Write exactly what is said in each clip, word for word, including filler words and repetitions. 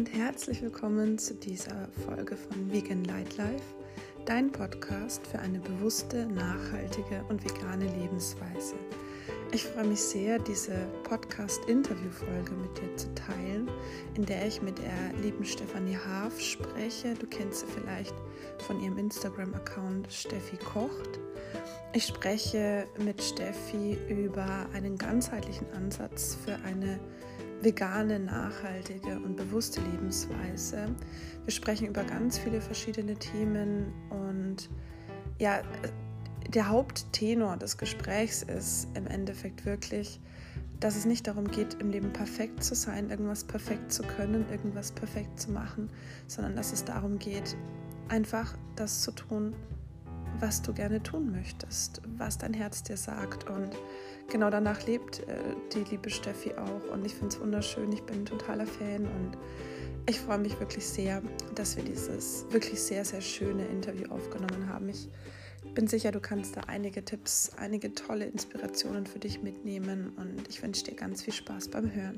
und herzlich willkommen zu dieser Folge von Vegan Light Life, dein Podcast für eine bewusste, nachhaltige und vegane Lebensweise. Ich freue mich sehr, diese Podcast-Interview-Folge mit dir zu teilen, in der ich mit der lieben Stefanie Haaf spreche. Du kennst sie vielleicht von ihrem Instagram-Account Steffi kocht. Ich spreche mit Steffi über einen ganzheitlichen Ansatz für eine vegane, nachhaltige und bewusste Lebensweise. Wir sprechen über ganz viele verschiedene Themen und ja, der Haupttenor des Gesprächs ist im Endeffekt wirklich, dass es nicht darum geht, im Leben perfekt zu sein, irgendwas perfekt zu können, irgendwas perfekt zu machen, sondern dass es darum geht, einfach das zu tun, was du gerne tun möchtest, was dein Herz dir sagt, und genau danach lebt äh, die liebe Steffi auch, und ich finde es wunderschön, ich bin ein totaler Fan und ich freue mich wirklich sehr, dass wir dieses wirklich sehr, sehr schöne Interview aufgenommen haben. Ich bin sicher, du kannst da einige Tipps, einige tolle Inspirationen für dich mitnehmen und ich wünsche dir ganz viel Spaß beim Hören.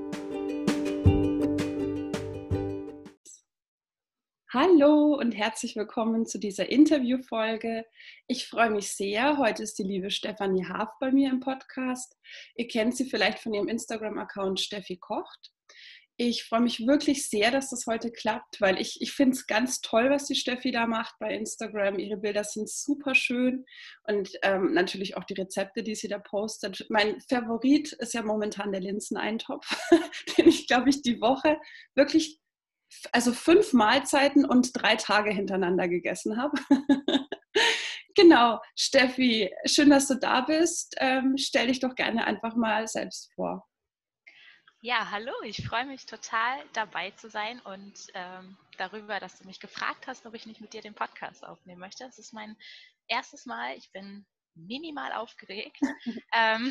Hallo und herzlich willkommen zu dieser Interviewfolge. Ich freue mich sehr. Heute ist die liebe Stefanie Haaf bei mir im Podcast. Ihr kennt sie vielleicht von ihrem Instagram-Account Steffi kocht. Ich freue mich wirklich sehr, dass das heute klappt, weil ich, ich finde es ganz toll, was die Steffi da macht bei Instagram. Ihre Bilder sind super schön und ähm, natürlich auch die Rezepte, die sie da postet. Mein Favorit ist ja momentan der Linseneintopf, den ich, glaube ich, die Woche wirklich, also fünf Mahlzeiten und drei Tage hintereinander gegessen habe. Genau, Steffi, schön, dass du da bist. Ähm, stell dich doch gerne einfach mal selbst vor. Ja, hallo, ich freue mich total dabei zu sein und ähm, darüber, dass du mich gefragt hast, ob ich nicht mit dir den Podcast aufnehmen möchte. Es ist mein erstes Mal, ich bin minimal aufgeregt. ähm,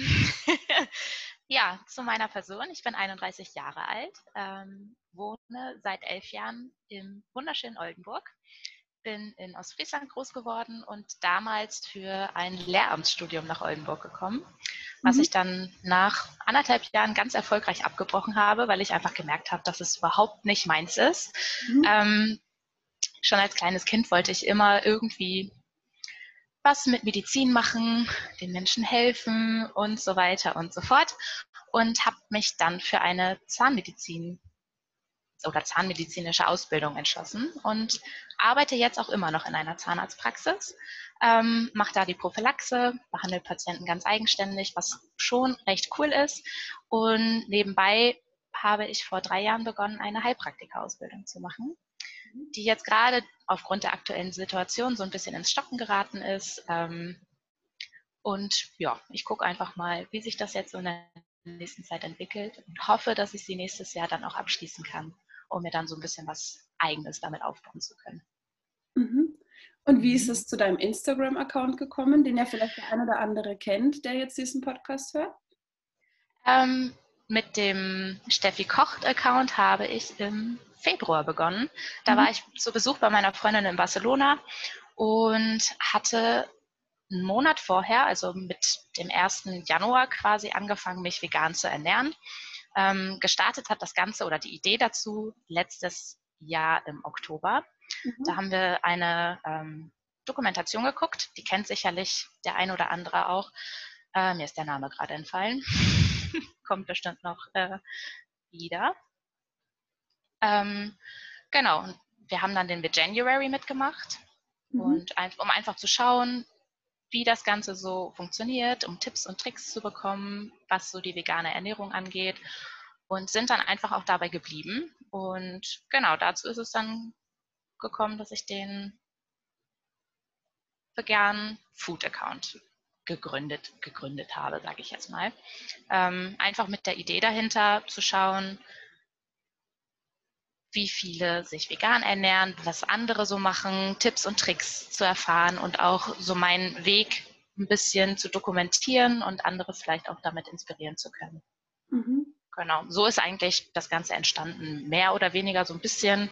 ja, zu meiner Person, ich bin einunddreißig Jahre alt, ähm, wohne seit elf Jahren im wunderschönen Oldenburg, bin in Ostfriesland groß geworden und damals für ein Lehramtsstudium nach Oldenburg gekommen, was Mhm. ich dann nach anderthalb Jahren ganz erfolgreich abgebrochen habe, weil ich einfach gemerkt habe, dass es überhaupt nicht meins ist. Mhm. Ähm, schon als kleines Kind wollte ich immer irgendwie was mit Medizin machen, den Menschen helfen und so weiter und so fort, und habe mich dann für eine Zahnmedizin oder zahnmedizinische Ausbildung entschlossen und arbeite jetzt auch immer noch in einer Zahnarztpraxis, ähm, mache da die Prophylaxe, behandle Patienten ganz eigenständig, was schon recht cool ist, und nebenbei habe ich vor drei Jahren begonnen, eine Heilpraktika-Ausbildung zu machen, die jetzt gerade aufgrund der aktuellen Situation so ein bisschen ins Stocken geraten ist, ähm, und ja, ich gucke einfach mal, wie sich das jetzt so in der nächsten Zeit entwickelt und hoffe, dass ich sie nächstes Jahr dann auch abschließen kann, um mir dann so ein bisschen was Eigenes damit aufbauen zu können. Mhm. Und wie ist es zu deinem Instagram-Account gekommen, den ja vielleicht der eine oder andere kennt, der jetzt diesen Podcast hört? Ähm, mit dem Steffi Kocht-Account habe ich im Februar begonnen. Da Mhm. war ich zu Besuch bei meiner Freundin in Barcelona und hatte einen Monat vorher, also mit dem ersten Januar quasi, angefangen, mich vegan zu ernähren. Ähm, gestartet hat das Ganze oder die Idee dazu letztes Jahr im Oktober. Mhm. Da haben wir eine ähm, Dokumentation geguckt, die kennt sicherlich der ein oder andere auch. Äh, mir ist der Name gerade entfallen. Kommt bestimmt noch äh, wieder. Ähm, genau, und wir haben dann den Veganuary mitgemacht, Mhm. und ein, um einfach zu schauen, wie das Ganze so funktioniert, um Tipps und Tricks zu bekommen, was so die vegane Ernährung angeht, und sind dann einfach auch dabei geblieben. Und genau, dazu ist es dann gekommen, dass ich den veganen Food Account gegründet, gegründet habe, sage ich jetzt mal. Ähm, einfach mit der Idee dahinter zu schauen, wie viele sich vegan ernähren, was andere so machen, Tipps und Tricks zu erfahren und auch so meinen Weg ein bisschen zu dokumentieren und andere vielleicht auch damit inspirieren zu können. Mhm. Genau, so ist eigentlich das Ganze entstanden, mehr oder weniger so ein bisschen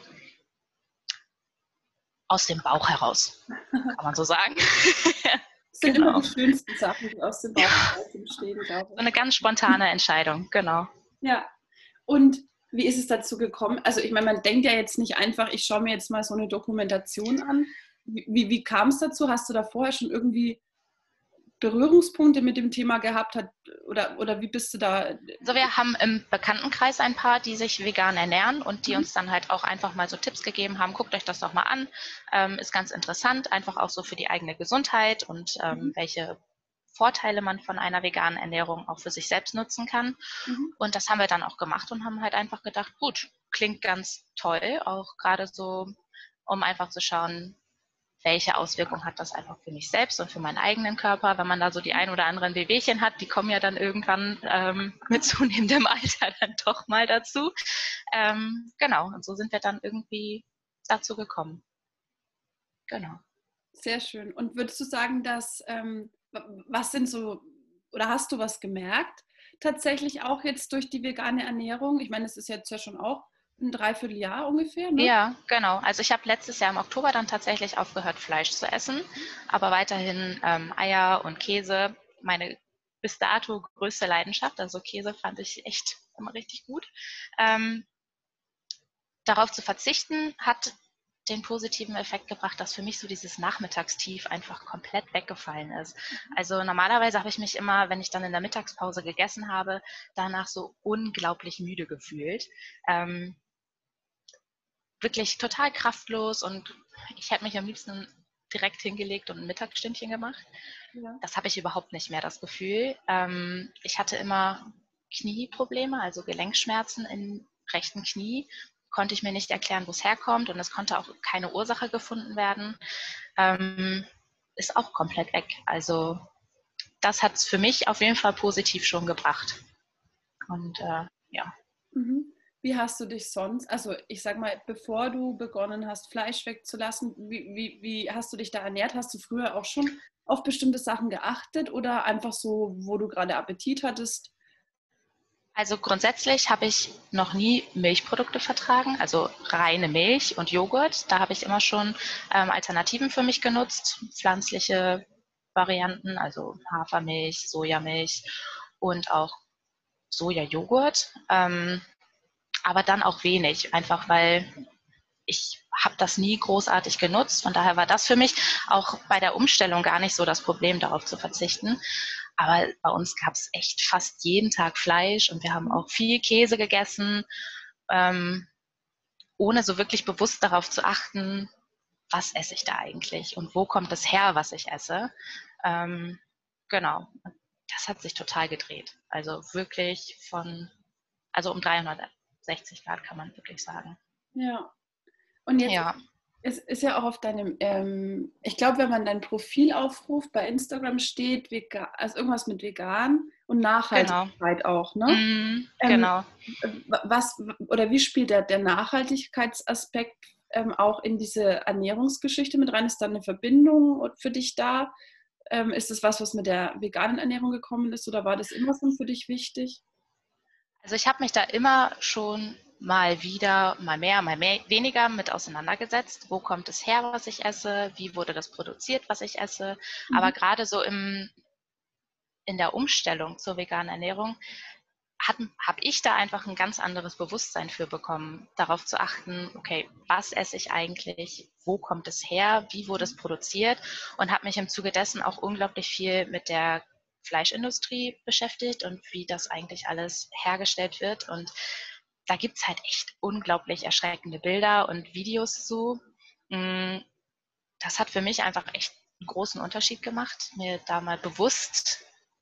aus dem Bauch heraus, kann man so sagen. Das sind immer Genau. die schönsten Sachen, die aus dem Bauch heraus entstehen, glaube So ich. eine ganz spontane Entscheidung, genau. Ja. Und wie ist es dazu gekommen? Also ich meine, man denkt ja jetzt nicht einfach, ich schaue mir jetzt mal so eine Dokumentation an. Wie, wie, wie kam es dazu? Hast du da vorher schon irgendwie Berührungspunkte mit dem Thema gehabt? Hat, oder, oder wie bist du da? Also wir haben im Bekanntenkreis ein paar, die sich vegan ernähren und die Mhm. uns dann halt auch einfach mal so Tipps gegeben haben, guckt euch das doch mal an, ähm, ist ganz interessant, einfach auch so für die eigene Gesundheit und ähm, Mhm. welche Vorteile man von einer veganen Ernährung auch für sich selbst nutzen kann. Mhm. Und das haben wir dann auch gemacht und haben halt einfach gedacht, gut, klingt ganz toll, auch gerade so, um einfach zu schauen, welche Auswirkungen hat das einfach für mich selbst und für meinen eigenen Körper, wenn man da so die ein oder anderen Wehwehchen hat, die kommen ja dann irgendwann ähm, mit zunehmendem Alter dann doch mal dazu. Ähm, genau, und so sind wir dann irgendwie dazu gekommen. Genau. Sehr schön. Und würdest du sagen, dass, ähm, was sind so, oder hast du was gemerkt, tatsächlich auch jetzt durch die vegane Ernährung? Ich meine, es ist jetzt ja schon auch ein Dreivierteljahr ungefähr, ne? Ja, genau. Also ich habe letztes Jahr im Oktober dann tatsächlich aufgehört, Fleisch zu essen, aber weiterhin ähm, Eier und Käse. Meine bis dato größte Leidenschaft, also Käse fand ich echt immer richtig gut. Ähm, darauf zu verzichten hat den positiven Effekt gebracht, dass für mich so dieses Nachmittagstief einfach komplett weggefallen ist. Also normalerweise habe ich mich immer, wenn ich dann in der Mittagspause gegessen habe, danach so unglaublich müde gefühlt. Ähm, wirklich total kraftlos und ich hätte mich am liebsten direkt hingelegt und ein Mittagsstündchen gemacht. Ja. Das habe ich überhaupt nicht mehr, das Gefühl. Ähm, ich hatte immer Knieprobleme, also Gelenkschmerzen im rechten Knie. Konnte ich mir nicht erklären, wo es herkommt und es konnte auch keine Ursache gefunden werden. Ähm, ist auch komplett weg. Also das hat es für mich auf jeden Fall positiv schon gebracht. Und äh, ja. Mhm. Wie hast du dich sonst, also ich sag mal, bevor du begonnen hast, Fleisch wegzulassen, wie, wie, wie hast du dich da ernährt? Hast du früher auch schon auf bestimmte Sachen geachtet oder einfach so, wo du gerade Appetit hattest? Also grundsätzlich habe ich noch nie Milchprodukte vertragen, also reine Milch und Joghurt. Da habe ich immer schon ähm, Alternativen für mich genutzt, pflanzliche Varianten, also Hafermilch, Sojamilch und auch Sojajoghurt. Ähm, aber dann auch wenig, einfach weil ich habe das nie großartig genutzt. Von daher war das für mich auch bei der Umstellung gar nicht so das Problem, darauf zu verzichten. Aber bei uns gab es echt fast jeden Tag Fleisch und wir haben auch viel Käse gegessen, ähm, ohne so wirklich bewusst darauf zu achten, was esse ich da eigentlich und wo kommt es her, was ich esse. Ähm, genau. Das hat sich total gedreht. Also wirklich von, also um dreihundertsechzig Grad kann man wirklich sagen. Ja. Und jetzt Ja, es ist ja auch auf deinem, ähm, ich glaube, wenn man dein Profil aufruft, bei Instagram steht, vegan, also irgendwas mit vegan und genau. Nachhaltigkeit auch, ne? Mm, Ähm, genau. was oder wie spielt der, der Nachhaltigkeitsaspekt ähm, auch in diese Ernährungsgeschichte mit rein? Ist da eine Verbindung für dich da? Ähm, ist das was, was mit der veganen Ernährung gekommen ist oder war das immer schon für dich wichtig? Also ich habe mich da immer schon mal wieder, mal mehr, mal mehr, weniger mit auseinandergesetzt. Wo kommt es her, was ich esse? Wie wurde das produziert, was ich esse? Aber Mhm. gerade so im, in der Umstellung zur veganen Ernährung habe ich da einfach ein ganz anderes Bewusstsein für bekommen, darauf zu achten, okay, was esse ich eigentlich, wo kommt es her, wie wurde es produziert und habe mich im Zuge dessen auch unglaublich viel mit der Fleischindustrie beschäftigt und wie das eigentlich alles hergestellt wird. Und da gibt es halt echt unglaublich erschreckende Bilder und Videos zu. Das hat für mich einfach echt einen großen Unterschied gemacht, mir da mal bewusst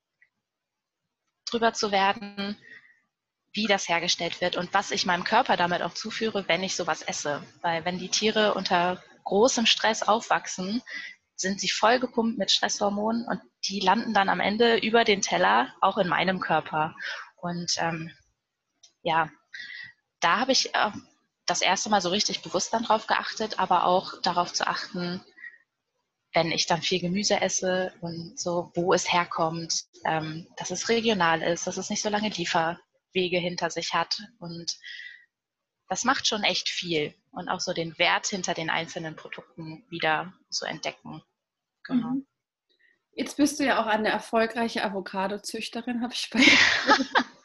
drüber zu werden, wie das hergestellt wird und was ich meinem Körper damit auch zuführe, wenn ich sowas esse. Weil wenn die Tiere unter großem Stress aufwachsen, sind sie vollgepumpt mit Stresshormonen und die landen dann am Ende über den Teller auch in meinem Körper. Und ähm, ja, da habe ich äh, das erste Mal so richtig bewusst dann drauf geachtet, aber auch darauf zu achten, wenn ich dann viel Gemüse esse und so, wo es herkommt, ähm, dass es regional ist, dass es nicht so lange Lieferwege hinter sich hat. Und das macht schon echt viel. Und auch so den Wert hinter den einzelnen Produkten wieder zu entdecken. Genau. Mhm. Jetzt bist du ja auch eine erfolgreiche Avocado-Züchterin, habe ich bei dir.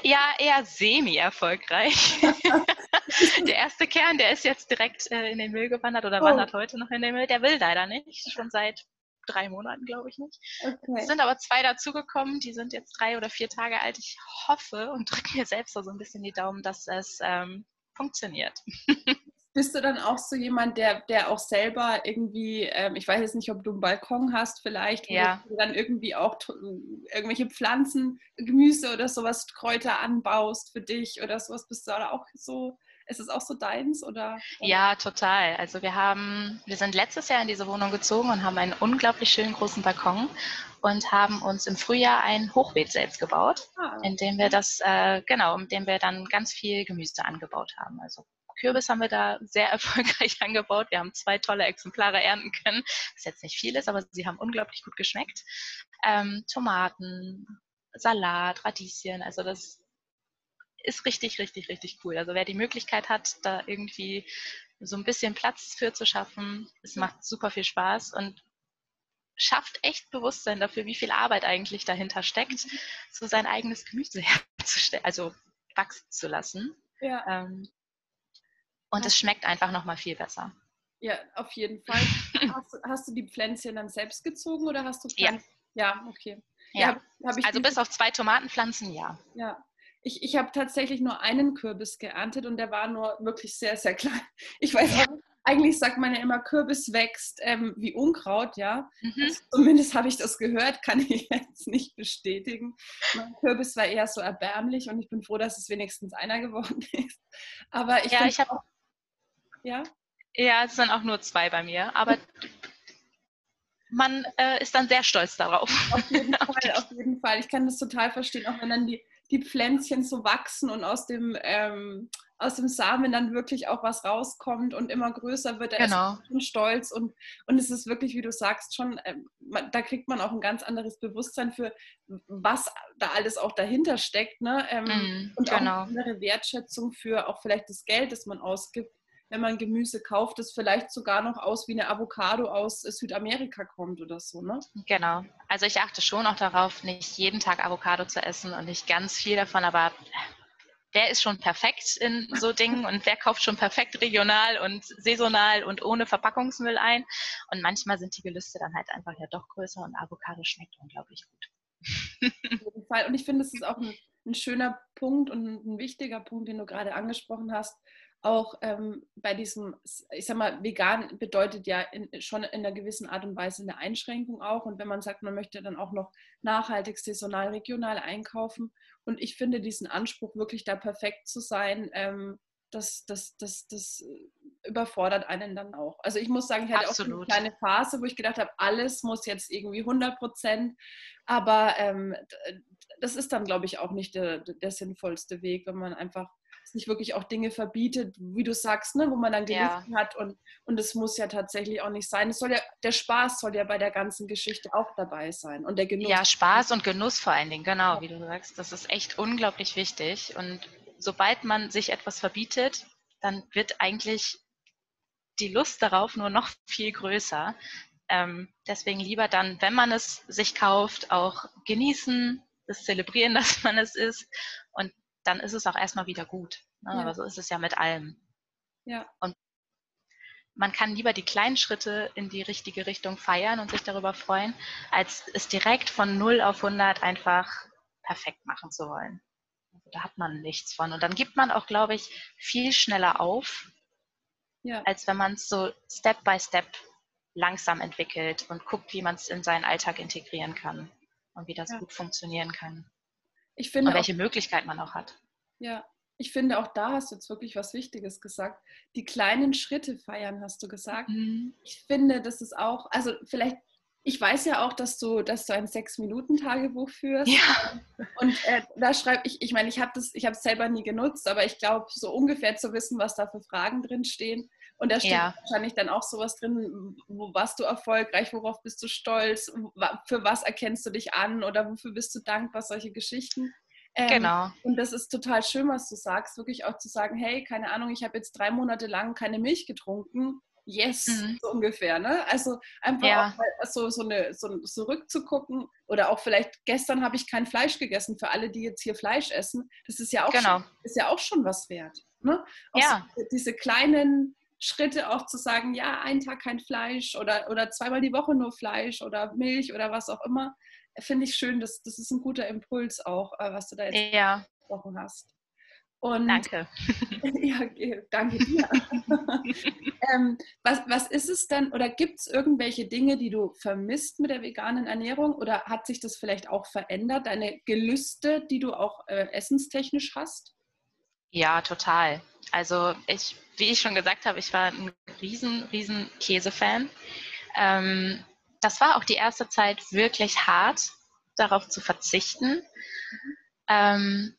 Ja, eher semi-erfolgreich. Der erste Kern, der ist jetzt direkt äh, in den Müll gewandert oder Oh. wandert heute noch in den Müll. Der will leider nicht, schon seit drei Monaten, glaube ich nicht. Okay. Es sind aber zwei dazugekommen, die sind jetzt drei oder vier Tage alt. Ich hoffe und drücke mir selbst so ein bisschen die Daumen, dass es ähm, funktioniert. Bist du dann auch so jemand, der, der auch selber irgendwie, ähm, ich weiß jetzt nicht, ob du einen Balkon hast vielleicht, wo Ja. du dann irgendwie auch t- irgendwelche Pflanzen, Gemüse oder sowas, Kräuter anbaust für dich oder sowas? Bist du da auch so, ist es auch so deins? Oder? Ja, total. Also wir haben, wir sind letztes Jahr in diese Wohnung gezogen und haben einen unglaublich schönen großen Balkon und haben uns im Frühjahr ein Hochbeet selbst gebaut, Ah, in dem wir das, äh, genau, in dem wir dann ganz viel Gemüse angebaut haben. Also Kürbis haben wir da sehr erfolgreich angebaut. Wir haben zwei tolle Exemplare ernten können, was jetzt nicht viel ist, aber sie haben unglaublich gut geschmeckt. Ähm, Tomaten, Salat, Radieschen, also das ist richtig, richtig, richtig cool. Also wer die Möglichkeit hat, da irgendwie so ein bisschen Platz für zu schaffen, es macht super viel Spaß und schafft echt Bewusstsein dafür, wie viel Arbeit eigentlich dahinter steckt, so sein eigenes Gemüse herzustellen, also wachsen zu lassen. ja. Ähm, und es schmeckt einfach nochmal viel besser. Ja, auf jeden Fall. Hast, du- hast du die Pflänzchen dann selbst gezogen oder hast du Ja. Pflanzen? Ja, okay. Ja, hab, hab ich also diese- bis auf zwei Tomatenpflanzen, ja. Ja, ich, ich habe tatsächlich nur einen Kürbis geerntet und der war nur wirklich sehr, sehr klein. Ich weiß auch nicht, eigentlich sagt man ja immer, Kürbis wächst ähm, wie Unkraut, ja. Mhm. Also zumindest habe ich das gehört, kann ich jetzt nicht bestätigen. Mein Kürbis war eher so erbärmlich und ich bin froh, dass es wenigstens einer geworden ist. Aber ich Ja, finde ich habe, auch, ja. ja, es sind auch nur zwei bei mir, aber man äh, ist dann sehr stolz darauf. Auf jeden Auf die- Fall, auf jeden Fall. Ich kann das total verstehen, auch wenn dann die, die Pflänzchen so wachsen und aus dem, ähm, aus dem Samen dann wirklich auch was rauskommt und immer größer wird, da ist Genau. man schon stolz und, und es ist wirklich, wie du sagst, schon, ähm, man, da kriegt man auch ein ganz anderes Bewusstsein für, was da alles auch dahinter steckt, ne? Ähm, Mm, und auch eine genau. andere Wertschätzung für auch vielleicht das Geld, das man ausgibt, wenn man Gemüse kauft, das vielleicht sogar noch aus wie eine Avocado aus Südamerika kommt oder so, ne? Genau. Also ich achte schon auch darauf, nicht jeden Tag Avocado zu essen und nicht ganz viel davon, aber wer ist schon perfekt in so Dingen und wer kauft schon perfekt regional und saisonal und ohne Verpackungsmüll ein? Und manchmal sind die Gelüste dann halt einfach ja doch größer und Avocado schmeckt unglaublich gut. Auf jeden Fall. Und ich finde, es ist auch ein, ein schöner Punkt und ein wichtiger Punkt, den du gerade angesprochen hast. Auch ähm, bei diesem, ich sag mal, vegan bedeutet ja in, schon in einer gewissen Art und Weise eine Einschränkung auch. Und wenn man sagt, man möchte dann auch noch nachhaltig, saisonal, regional einkaufen. Und ich finde diesen Anspruch, wirklich da perfekt zu sein, ähm, das, das, das, das überfordert einen dann auch. Also ich muss sagen, ich hatte Absolut. auch eine kleine Phase, wo ich gedacht habe, alles muss jetzt irgendwie hundert Prozent. Aber ähm, das ist dann, glaube ich, auch nicht der, der sinnvollste Weg, wenn man einfach sich wirklich auch Dinge verbietet, wie du sagst, ne, wo man dann Gelüste Ja. hat und und es muss ja tatsächlich auch nicht sein. Es soll ja, der Spaß soll ja bei der ganzen Geschichte auch dabei sein und der Genuss. Ja, Spaß und Genuss vor allen Dingen, genau, wie du sagst. Das ist echt unglaublich wichtig. Und sobald man sich etwas verbietet, dann wird eigentlich die Lust darauf nur noch viel größer. Ähm, deswegen lieber dann, wenn man es sich kauft, auch genießen, das zelebrieren, dass man es isst. Und dann ist es auch erstmal wieder gut. Ne? Ja. Aber so ist es ja mit allem. Ja. Und man kann lieber die kleinen Schritte in die richtige Richtung feiern und sich darüber freuen, als es direkt von null auf hundert einfach perfekt machen zu wollen. Also da hat man nichts von. Und dann gibt man auch, glaube ich, viel schneller auf, Ja. als wenn man es so Step by Step langsam entwickelt und guckt, wie man es in seinen Alltag integrieren kann und wie das Ja. gut funktionieren kann. Ich finde Und welche auch, Möglichkeit man auch hat. ja, ich finde auch da hast du jetzt wirklich was Wichtiges gesagt. Die kleinen Schritte feiern, hast du gesagt. Mhm. Ich finde, das ist auch, also vielleicht, ich weiß ja auch, dass du, dass du ein Sechs-Minuten-Tagebuch führst. Ja. Und äh, da schreibe ich, ich meine, ich habe das, ich habe es selber nie genutzt, aber ich glaube, so ungefähr zu wissen, was da für Fragen drin stehen. Und da steht Ja. wahrscheinlich dann auch sowas drin, wo warst du erfolgreich, worauf bist du stolz, für was erkennst du dich an oder wofür bist du dankbar, solche Geschichten. Ähm, Genau. Und das ist total schön, was du sagst, wirklich auch zu sagen, hey, keine Ahnung, ich habe jetzt drei Monate lang keine Milch getrunken. yes, Mhm. so ungefähr, ne? Also einfach auch Ja, mal so, so eine, so zurückzugucken oder auch vielleicht gestern habe ich kein Fleisch gegessen. Für alle, die jetzt hier Fleisch essen, das ist ja auch schon, genau. ist ja auch schon was wert, ne? Auch so Ja, diese kleinen Schritte auch zu sagen, ja, einen Tag kein Fleisch oder, oder zweimal die Woche nur Fleisch oder Milch oder was auch immer, finde ich schön. Das, das ist ein guter Impuls auch, äh, was du da jetzt ja, gesprochen hast. Und danke. ja, okay, danke dir. ähm, was, was ist es denn oder gibt es irgendwelche Dinge, die du vermisst mit der veganen Ernährung oder hat sich das vielleicht auch verändert, deine Gelüste, die du auch äh, essenstechnisch hast? Ja, total. Also ich, wie ich schon gesagt habe, ich war ein riesen, riesen Käsefan. Ähm, das war auch die erste Zeit wirklich hart, darauf zu verzichten. Ähm,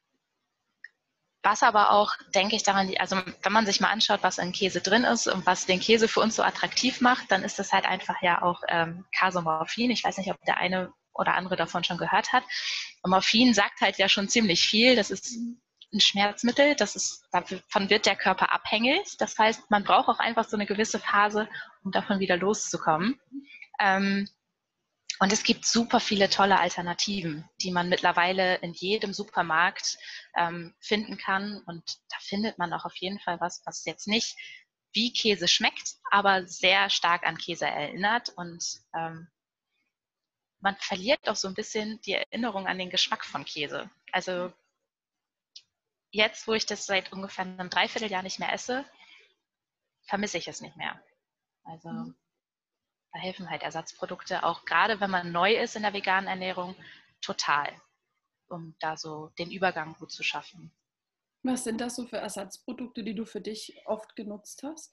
was aber auch, denke ich, daran, also wenn man sich mal anschaut, was in Käse drin ist und was den Käse für uns so attraktiv macht, dann ist das halt einfach ja auch ähm, Casomorphin. Ich weiß nicht, ob der eine oder andere davon schon gehört hat. Und Morphin sagt halt ja schon ziemlich viel. Das ist ein Schmerzmittel, das ist, davon wird der Körper abhängig. Das heißt, man braucht auch einfach so eine gewisse Phase, um davon wieder loszukommen. Ähm, und es gibt super viele tolle Alternativen, die man mittlerweile in jedem Supermarkt ähm, finden kann. Und da findet man auch auf jeden Fall was, was jetzt nicht wie Käse schmeckt, aber sehr stark an Käse erinnert. Und ähm, man verliert auch so ein bisschen die Erinnerung an den Geschmack von Käse. Also jetzt, wo ich das seit ungefähr einem Dreivierteljahr nicht mehr esse, vermisse ich es nicht mehr. Also da helfen halt Ersatzprodukte, auch gerade wenn man neu ist in der veganen Ernährung, total, um da so den Übergang gut zu schaffen. Was sind das so für Ersatzprodukte, die du für dich oft genutzt hast?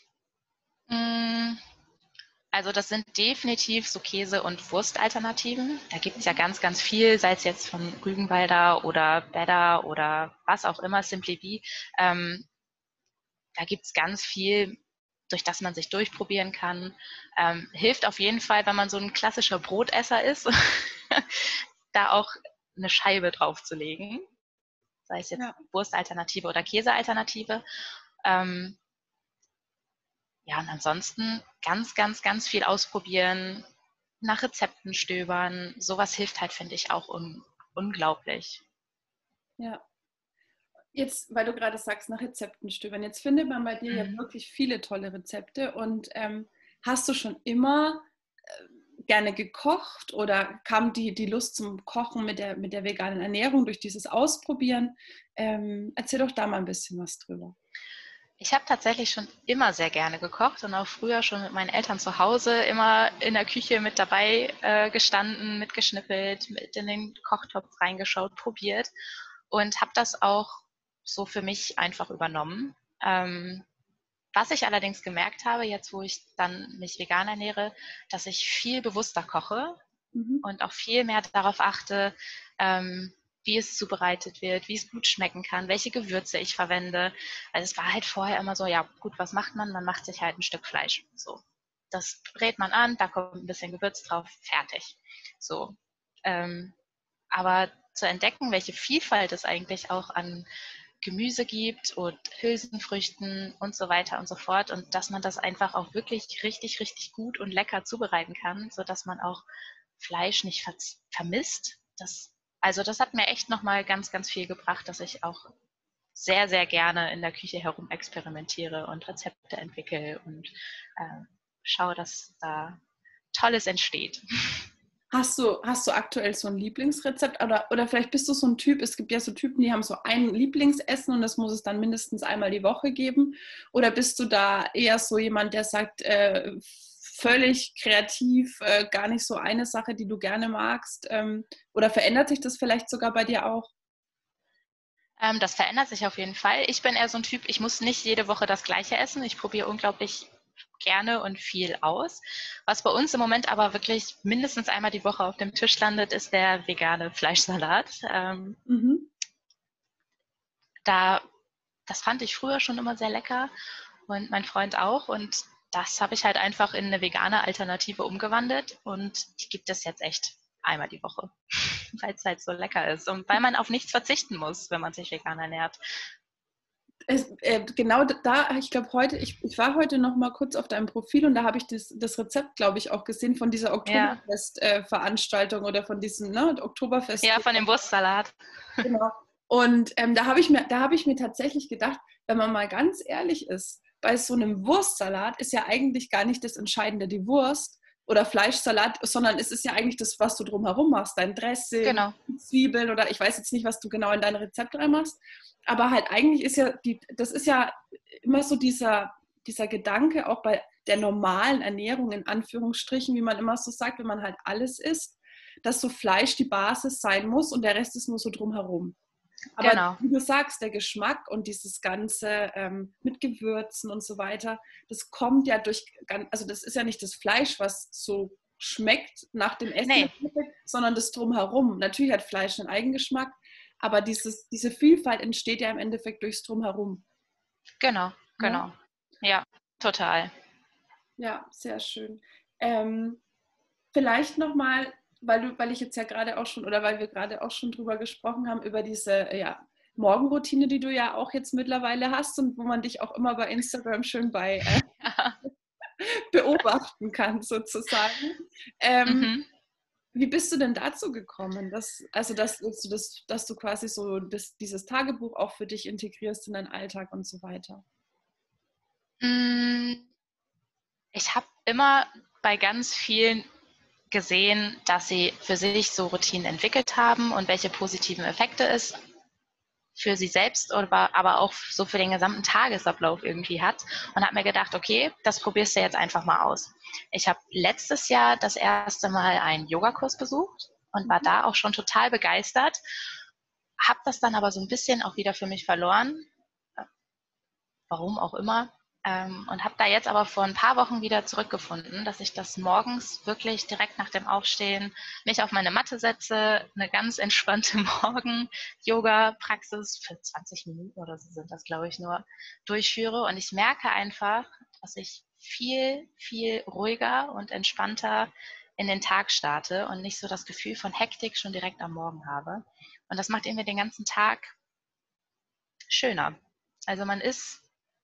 Mm, Also das sind definitiv so Käse- und Wurstalternativen. Da gibt es ja ganz, ganz viel, sei es jetzt von Rügenwalder oder Bedder oder was auch immer, Simply Bee. Ähm, da gibt es ganz viel, durch das man sich durchprobieren kann. Ähm, hilft auf jeden Fall, wenn man so ein klassischer Brotesser ist, da auch eine Scheibe draufzulegen, sei es jetzt Ja. Wurstalternative oder Käsealternative. Ähm, ja, und ansonsten ganz, ganz, ganz viel ausprobieren, nach Rezepten stöbern. Sowas hilft halt, finde ich, auch un unglaublich. Ja. Jetzt, weil du gerade sagst, nach Rezepten stöbern, jetzt findet man bei dir ja Mhm. wirklich viele tolle Rezepte und ähm, hast du schon immer äh, gerne gekocht oder kam die, die Lust zum Kochen mit der, mit der veganen Ernährung durch dieses Ausprobieren? Ähm, erzähl doch da mal ein bisschen was drüber. Ich habe tatsächlich schon immer sehr gerne gekocht und auch früher schon mit meinen Eltern zu Hause immer in der Küche mit dabei äh, gestanden, mitgeschnippelt, mit in den Kochtopf reingeschaut, probiert und habe das auch so für mich einfach übernommen. Ähm, Was ich allerdings gemerkt habe, jetzt wo ich dann mich vegan ernähre, dass ich viel bewusster koche Mhm. und auch viel mehr darauf achte, ähm, wie es zubereitet wird, wie es gut schmecken kann, welche Gewürze ich verwende. Also es war halt vorher immer so, ja gut, was macht man? Man macht sich halt ein Stück Fleisch. So, das brät man an, da kommt ein bisschen Gewürz drauf, fertig. So, ähm, aber zu entdecken, welche Vielfalt es eigentlich auch an Gemüse gibt und Hülsenfrüchten und so weiter und so fort und dass man das einfach auch wirklich richtig, richtig gut und lecker zubereiten kann, sodass man auch Fleisch nicht ver vermisst. Das, also das hat mir echt nochmal ganz, ganz viel gebracht, dass ich auch sehr, sehr gerne in der Küche herum experimentiere und Rezepte entwickle und äh, schaue, dass da Tolles entsteht. Hast du, hast du aktuell so ein Lieblingsrezept oder, oder vielleicht bist du so ein Typ, es gibt ja so Typen, die haben so ein Lieblingsessen und das muss es dann mindestens einmal die Woche geben. Oder bist du da eher so jemand, der sagt, äh, völlig kreativ, äh, gar nicht so eine Sache, die du gerne magst? Ähm, oder verändert sich das vielleicht sogar bei dir auch? Ähm, das verändert sich auf jeden Fall. Ich bin eher so ein Typ, ich muss nicht jede Woche das Gleiche essen. Ich probiere unglaublich gerne und viel aus. Was bei uns im Moment aber wirklich mindestens einmal die Woche auf dem Tisch landet, ist der vegane Fleischsalat. Ähm, Mhm. da, das fand ich früher schon immer sehr lecker und mein Freund auch. Und das habe ich halt einfach in eine vegane Alternative umgewandelt und ich gebe das jetzt echt einmal die Woche, weil es halt so lecker ist und weil man auf nichts verzichten muss, wenn man sich vegan ernährt. Es, äh, genau da, ich glaube heute, ich, ich war heute noch mal kurz auf deinem Profil und da habe ich das, das Rezept, glaube ich, auch gesehen von dieser Ja, Oktoberfest-Veranstaltung äh, oder von diesem ne, Oktoberfest. ja, von dem Wurstsalat. Genau. Und ähm, da habe ich mir, da habe ich mir tatsächlich gedacht, wenn man mal ganz ehrlich ist, bei so einem Wurstsalat ist ja eigentlich gar nicht das Entscheidende die Wurst oder Fleischsalat, sondern es ist ja eigentlich das, was du drumherum machst, dein Dressing, Genau, Zwiebeln oder ich weiß jetzt nicht, was du genau in dein Rezept reinmachst, aber halt eigentlich ist ja die, das ist ja immer so dieser, dieser Gedanke auch bei der normalen Ernährung in Anführungsstrichen, wie man immer so sagt, wenn man halt alles isst, dass so Fleisch die Basis sein muss und der Rest ist nur so drumherum. Aber genau, wie du sagst, der Geschmack und dieses Ganze ähm, mit Gewürzen und so weiter, das kommt ja durch, also das ist ja nicht das Fleisch, was so schmeckt nach dem Essen, nee, sondern das Drumherum. Natürlich hat Fleisch einen Eigengeschmack, aber dieses, diese Vielfalt entsteht ja im Endeffekt durchs Drumherum. genau, Ja, genau. Ja, total. ja, sehr schön. Ähm, vielleicht nochmal, weil du, weil ich jetzt ja gerade auch schon, oder weil wir gerade auch schon drüber gesprochen haben, über diese ja, Morgenroutine, die du ja auch jetzt mittlerweile hast und wo man dich auch immer bei Instagram schön bei äh, beobachten kann, sozusagen. Ähm, Mhm. wie bist du denn dazu gekommen, dass, also dass, dass, du, das, dass du quasi so das, dieses Tagebuch auch für dich integrierst in deinen Alltag und so weiter? Mm, Ich habe immer bei ganz vielen gesehen, dass sie für sich so Routinen entwickelt haben und welche positiven Effekte es für sie selbst oder aber auch so für den gesamten Tagesablauf irgendwie hat und habe mir gedacht, okay, das probierst du jetzt einfach mal aus. Ich habe letztes Jahr das erste Mal einen Yogakurs besucht und war da auch schon total begeistert, habe das dann aber so ein bisschen auch wieder für mich verloren, warum auch immer. Ähm, und habe da jetzt aber vor ein paar Wochen wieder zurückgefunden, dass ich das morgens wirklich direkt nach dem Aufstehen mich auf meine Matte setze, eine ganz entspannte Morgen-Yoga-Praxis für zwanzig Minuten oder so sind das, glaube ich, nur durchführe. Und ich merke einfach, dass ich viel, viel ruhiger und entspannter in den Tag starte und nicht so das Gefühl von Hektik schon direkt am Morgen habe. Und das macht irgendwie den ganzen Tag schöner. Also man ist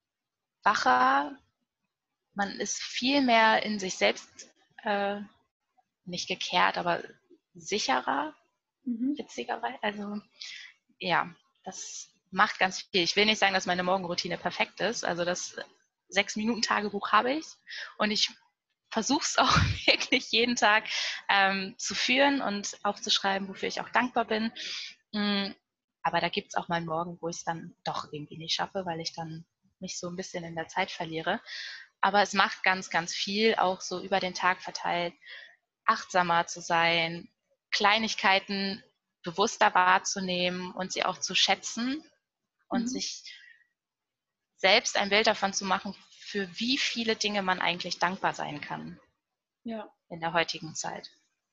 wacher, man ist viel mehr in sich selbst, äh, nicht gekehrt, aber sicherer, Mhm. witzigerweise. Also ja, das macht ganz viel. Ich will nicht sagen, dass meine Morgenroutine perfekt ist. Also das Sechs-Minuten-Tagebuch habe ich und ich versuche es auch wirklich jeden Tag ähm, zu führen und aufzuschreiben, wofür ich auch dankbar bin. Mm, Aber da gibt es auch mal einen Morgen, wo ich es dann doch irgendwie nicht schaffe, weil ich dann mich so ein bisschen in der Zeit verliere. Aber es macht ganz, ganz viel, auch so über den Tag verteilt, achtsamer zu sein, Kleinigkeiten bewusster wahrzunehmen und sie auch zu schätzen und Mhm. sich selbst ein Bild davon zu machen, für wie viele Dinge man eigentlich dankbar sein kann Ja, in der heutigen Zeit.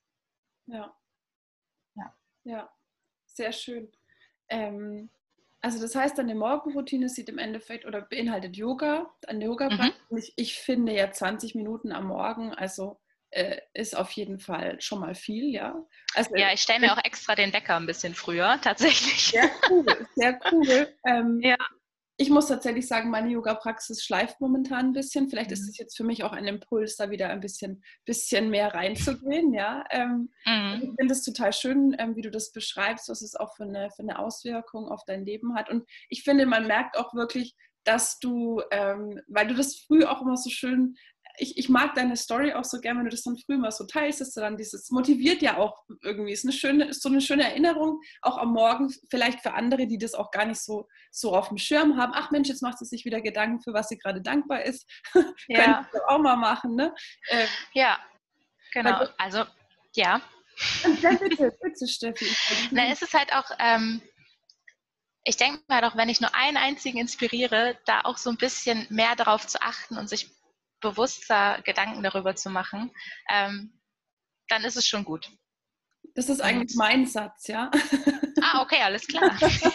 ja, Ja. ja, sehr schön. Ähm, also das heißt, deine Morgenroutine sieht im Endeffekt oder beinhaltet Yoga, eine Mhm. Yoga-Praxis. Ich, ich finde ja zwanzig Minuten am Morgen, also äh, ist auf jeden Fall schon mal viel, ja. Also Ja, ich stelle mir auch extra den Wecker ein bisschen früher, tatsächlich. sehr cool, sehr cool. Ähm, Ja. ich muss tatsächlich sagen, meine Yoga-Praxis schleift momentan ein bisschen. Vielleicht ist Mhm. es jetzt für mich auch ein Impuls, da wieder ein bisschen, bisschen mehr reinzugehen. Ja? Ähm, Mhm. ich finde es total schön, ähm, wie du das beschreibst, was es auch für eine, für eine Auswirkung auf dein Leben hat. Und ich finde, man merkt auch wirklich, dass du, ähm, weil du das früh auch immer so schön, ich, ich mag deine Story auch so gerne, wenn du das dann früh mal so teilst, dass du dann dieses, motiviert ja auch irgendwie, ist eine schöne, ist so eine schöne Erinnerung, auch am Morgen, vielleicht für andere, die das auch gar nicht so, so auf dem Schirm haben. Ach Mensch, jetzt macht sie sich wieder Gedanken, für was sie gerade dankbar ist. Können Ja, wir auch mal machen, ne? Ähm, ja, weil genau. das, Also, ja. ja, bitte, bitte, Steffi. Ich wollte dich Na, nicht- es ist halt auch, ähm, ich denke mal doch, wenn ich nur einen einzigen inspiriere, da auch so ein bisschen mehr darauf zu achten und sich bewusster Gedanken darüber zu machen, ähm, dann ist es schon gut. Das ist Und, eigentlich mein Satz, ja. ah, okay, alles klar.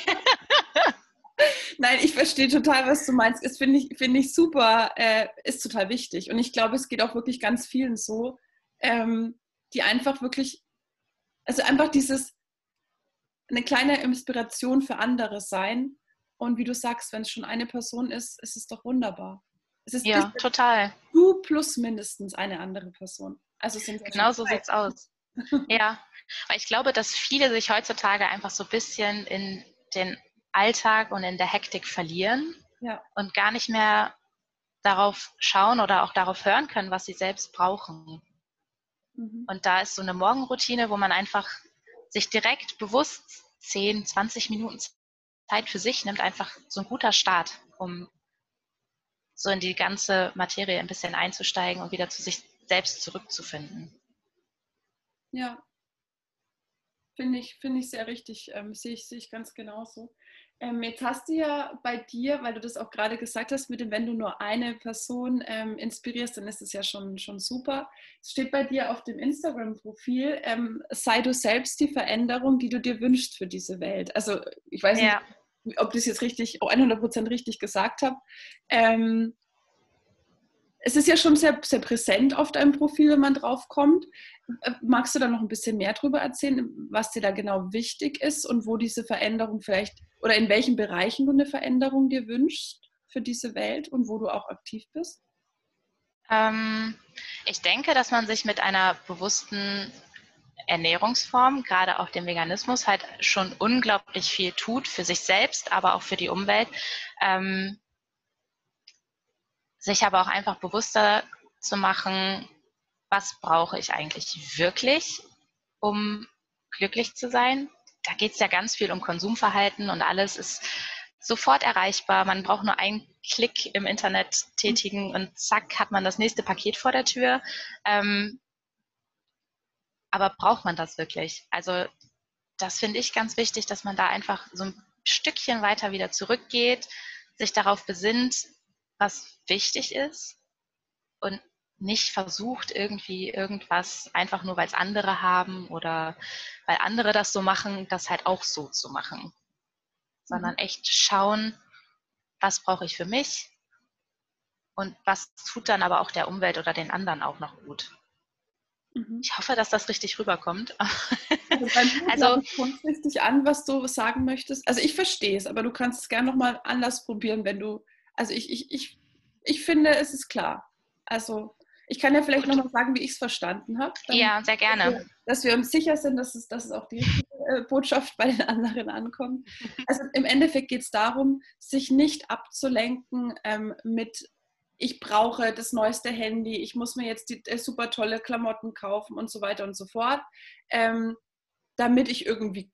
Nein, ich verstehe total, was du meinst. Das finde ich, finde ich super, äh, ist total wichtig. Und ich glaube, es geht auch wirklich ganz vielen so, ähm, die einfach wirklich, also einfach dieses, eine kleine Inspiration für andere sein Und wie du sagst, wenn es schon eine Person ist, ist es doch wunderbar. Es ist Ja, total. du plus mindestens eine andere Person. Also es sind ja Genau schon so zwei. sieht's aus. Ja, weil ich glaube, dass viele sich heutzutage einfach so ein bisschen in den Alltag und in der Hektik verlieren Ja. und gar nicht mehr darauf schauen oder auch darauf hören können, was sie selbst brauchen. Mhm. Und da ist so eine Morgenroutine, wo man einfach sich direkt bewusst zehn, zwanzig Minuten Zeit für sich nimmt, einfach so ein guter Start, um so in die ganze Materie ein bisschen einzusteigen und wieder zu sich selbst zurückzufinden. Ja, finde ich, finde ich sehr richtig, ähm, sehe ich, sehe ich ganz genauso. Ähm, jetzt hast du ja bei dir, weil du das auch gerade gesagt hast, mit dem, wenn du nur eine Person ähm, inspirierst, dann ist es ja schon, schon super. Es steht bei dir auf dem Instagram-Profil, ähm, sei du selbst die Veränderung, die du dir wünschst für diese Welt. Also ich weiß nicht, Ja. ob ich das jetzt richtig, hundert Prozent richtig gesagt habe. Ähm, es ist ja schon sehr, sehr präsent auf deinem Profil, wenn man drauf kommt. Magst du da noch ein bisschen mehr darüber erzählen, was dir da genau wichtig ist und wo diese Veränderung vielleicht oder in welchen Bereichen du eine Veränderung dir wünschst für diese Welt und wo du auch aktiv bist? Ähm, ich denke, dass man sich mit einer bewussten Ernährungsform, gerade auch dem Veganismus, halt schon unglaublich viel tut für sich selbst, aber auch für die Umwelt. Ähm, sich aber auch einfach bewusster zu machen, was brauche ich eigentlich wirklich, um glücklich zu sein. Da geht es ja ganz viel um Konsumverhalten und alles ist sofort erreichbar. Man braucht nur einen Klick im Internet tätigen und zack, hat man das nächste Paket vor der Tür. Ähm, aber braucht man das wirklich? Also das finde ich ganz wichtig, dass man da einfach so ein Stückchen weiter wieder zurückgeht, sich darauf besinnt, was wichtig ist und nicht versucht, irgendwie irgendwas einfach nur, weil es andere haben oder weil andere das so machen, das halt auch so zu machen. Sondern echt schauen, was brauche ich für mich und was tut dann aber auch der Umwelt oder den anderen auch noch gut. Mhm. Ich hoffe, dass das richtig rüberkommt. Also bei mir, Also, glaube ich, kommt es richtig an, was du sagen möchtest. Also ich verstehe es, aber du kannst es gerne nochmal anders probieren, wenn du, also ich, ich, ich, ich finde, es ist klar. Also ich kann ja vielleicht nochmal sagen, wie ich es verstanden habe, damit, ja, sehr dass wir, gerne. dass wir uns sicher sind, dass es, dass es auch die richtige äh, Botschaft bei den anderen ankommt. Also im Endeffekt geht es darum, sich nicht abzulenken ähm, mit ich brauche das neueste Handy, ich muss mir jetzt die äh, super tolle Klamotten kaufen und so weiter und so fort, ähm, damit ich irgendwie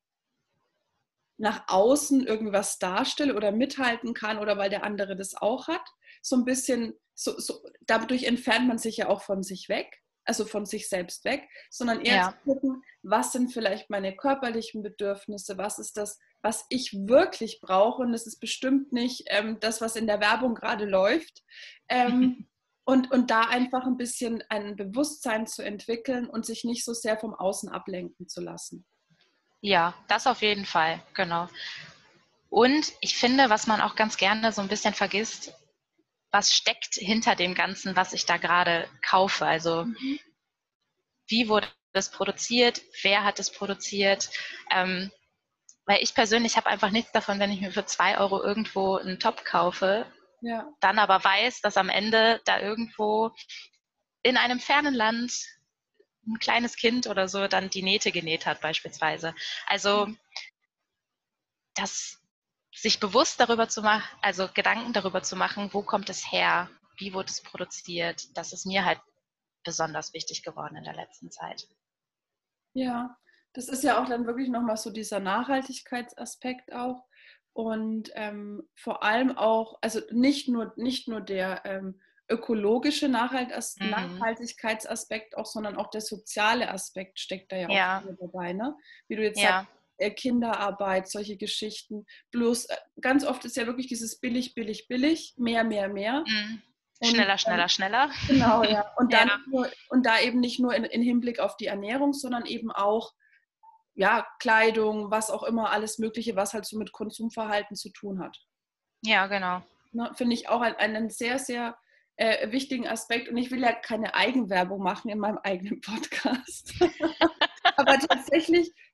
nach außen irgendwas darstelle oder mithalten kann oder weil der andere das auch hat. So ein bisschen, so, so, dadurch entfernt man sich ja auch von sich weg, also von sich selbst weg, sondern eher Ja. zu gucken, was sind vielleicht meine körperlichen Bedürfnisse, was ist das, was ich wirklich brauche und es ist bestimmt nicht ähm, das, was in der Werbung gerade läuft. Ähm, und, und da einfach ein bisschen ein Bewusstsein zu entwickeln und sich nicht so sehr vom Außen ablenken zu lassen. Ja, das auf jeden Fall, genau. Und ich finde, was man auch ganz gerne so ein bisschen vergisst, was steckt hinter dem Ganzen, was ich da gerade kaufe? Also Mhm. wie wurde das produziert? Wer hat es produziert? Ähm, weil ich persönlich habe einfach nichts davon, wenn ich mir für zwei Euro irgendwo einen Top kaufe, Ja. dann aber weiß, dass am Ende da irgendwo in einem fernen Land ein kleines Kind oder so dann die Nähte genäht hat beispielsweise. Also das sich bewusst darüber zu machen, also Gedanken darüber zu machen, wo kommt es her, wie wurde es produziert, das ist mir halt besonders wichtig geworden in der letzten Zeit. Ja, das ist ja auch dann wirklich nochmal so dieser Nachhaltigkeitsaspekt auch. Und ähm, vor allem auch, also nicht nur, nicht nur der ähm, ökologische Nachhalt Mhm. Nachhaltigkeitsaspekt auch, sondern auch der soziale Aspekt steckt da ja auch Ja, wieder dabei, ne? Wie du jetzt sagst, ja, äh, Kinderarbeit, solche Geschichten. Bloß äh, ganz oft ist ja wirklich dieses billig, billig, billig, mehr, mehr, mehr. mhm. Und Schneller, ähm, schneller, schneller. genau, ja. Und Ja, dann nur, und da eben nicht nur in, in Hinblick auf die Ernährung, sondern eben auch ja, Kleidung, was auch immer, alles Mögliche, was halt so mit Konsumverhalten zu tun hat. ja, genau. Ne, finde ich auch ein, einen sehr, sehr äh, wichtigen Aspekt. Und ich will ja keine Eigenwerbung machen in meinem eigenen Podcast. Aber tatsächlich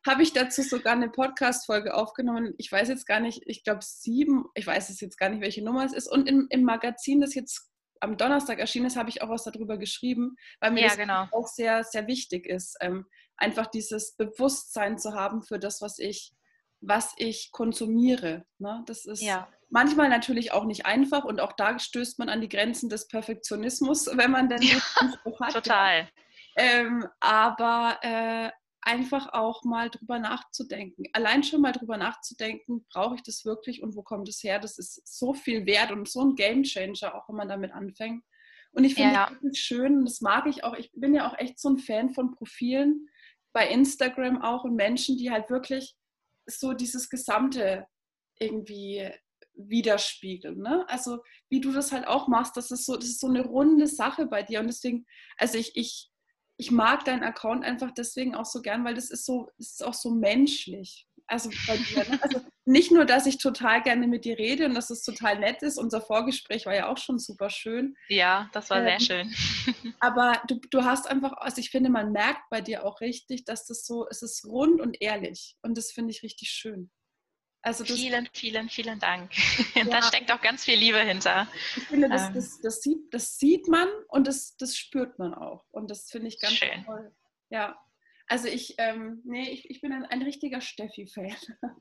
habe ich dazu sogar eine Podcast-Folge aufgenommen. Ich weiß jetzt gar nicht, ich glaube sieben, ich weiß es jetzt gar nicht, welche Nummer es ist. Und im, im Magazin, das jetzt am Donnerstag erschienen ist, habe ich auch was darüber geschrieben, weil mir Ja, das genau. auch sehr, sehr wichtig ist, ähm, einfach dieses Bewusstsein zu haben für das, was ich, was ich konsumiere. Ne? Das ist Ja, manchmal natürlich auch nicht einfach und auch da stößt man an die Grenzen des Perfektionismus, wenn man denn ja, den Anspruch hat. total. Ähm, aber äh, einfach auch mal drüber nachzudenken. Allein schon mal drüber nachzudenken, brauche ich das wirklich und wo kommt es her? Das ist so viel wert und so ein Gamechanger, auch wenn man damit anfängt. Und ich finde Ja, es wirklich schön und das mag ich auch. Ich bin ja auch echt so ein Fan von Profilen bei Instagram auch und Menschen, die halt wirklich so dieses Gesamte irgendwie widerspiegeln. Ne? Also wie du das halt auch machst, das ist so, das ist so eine runde Sache bei dir. Und deswegen, also ich, ich, ich mag deinen Account einfach deswegen auch so gern, weil das ist so, das ist auch so menschlich. Also bei dir, ne? Also nicht nur, dass ich total gerne mit dir rede und dass es total nett ist. Unser Vorgespräch war ja auch schon super schön. ja, das war sehr Ähm, schön. aber du, du hast einfach, also ich finde, man merkt bei dir auch richtig, dass das so, es ist rund und ehrlich. Und das finde ich richtig schön. Also das, Vielen, vielen, vielen Dank. Da ja, steckt auch ganz viel Liebe hinter. ich finde, das, Ähm, das, das, sieht, das sieht man und das, das spürt man auch. Und das finde ich ganz schön. toll. Ja, also ich, ähm, nee, ich, ich bin ein, ein richtiger Steffi-Fan,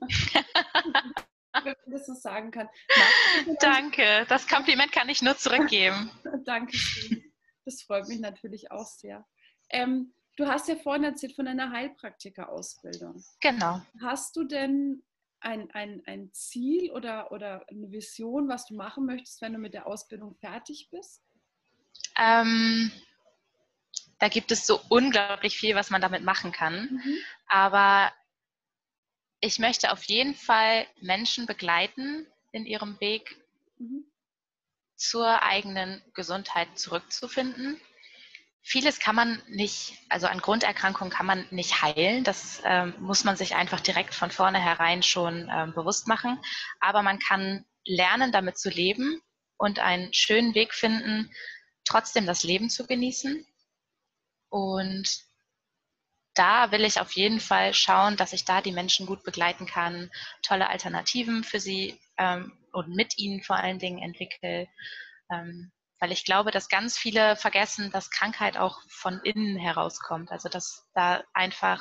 wenn man das so sagen kann. Magst du vielleicht, Danke. Das Kompliment kann ich nur zurückgeben. Dankeschön. Das freut mich natürlich auch sehr. Ähm, du hast ja vorhin erzählt von einer Heilpraktiker-Ausbildung. Genau. Hast du denn ein, ein, ein Ziel oder, oder eine Vision, was du machen möchtest, wenn du mit der Ausbildung fertig bist? Ähm, da gibt es so unglaublich viel, was man damit machen kann. Mhm. Aber ich möchte auf jeden Fall Menschen begleiten in ihrem Weg Mhm. zur eigenen Gesundheit zurückzufinden. Vieles kann man nicht, also an Grunderkrankungen kann man nicht heilen. Das ähm, muss man sich einfach direkt von vornherein schon ähm, bewusst machen. Aber man kann lernen, damit zu leben und einen schönen Weg finden, trotzdem das Leben zu genießen. Und da will ich auf jeden Fall schauen, dass ich da die Menschen gut begleiten kann, tolle Alternativen für sie ähm, und mit ihnen vor allen Dingen entwickle. Ähm, weil ich glaube, dass ganz viele vergessen, dass Krankheit auch von innen herauskommt. Also dass da einfach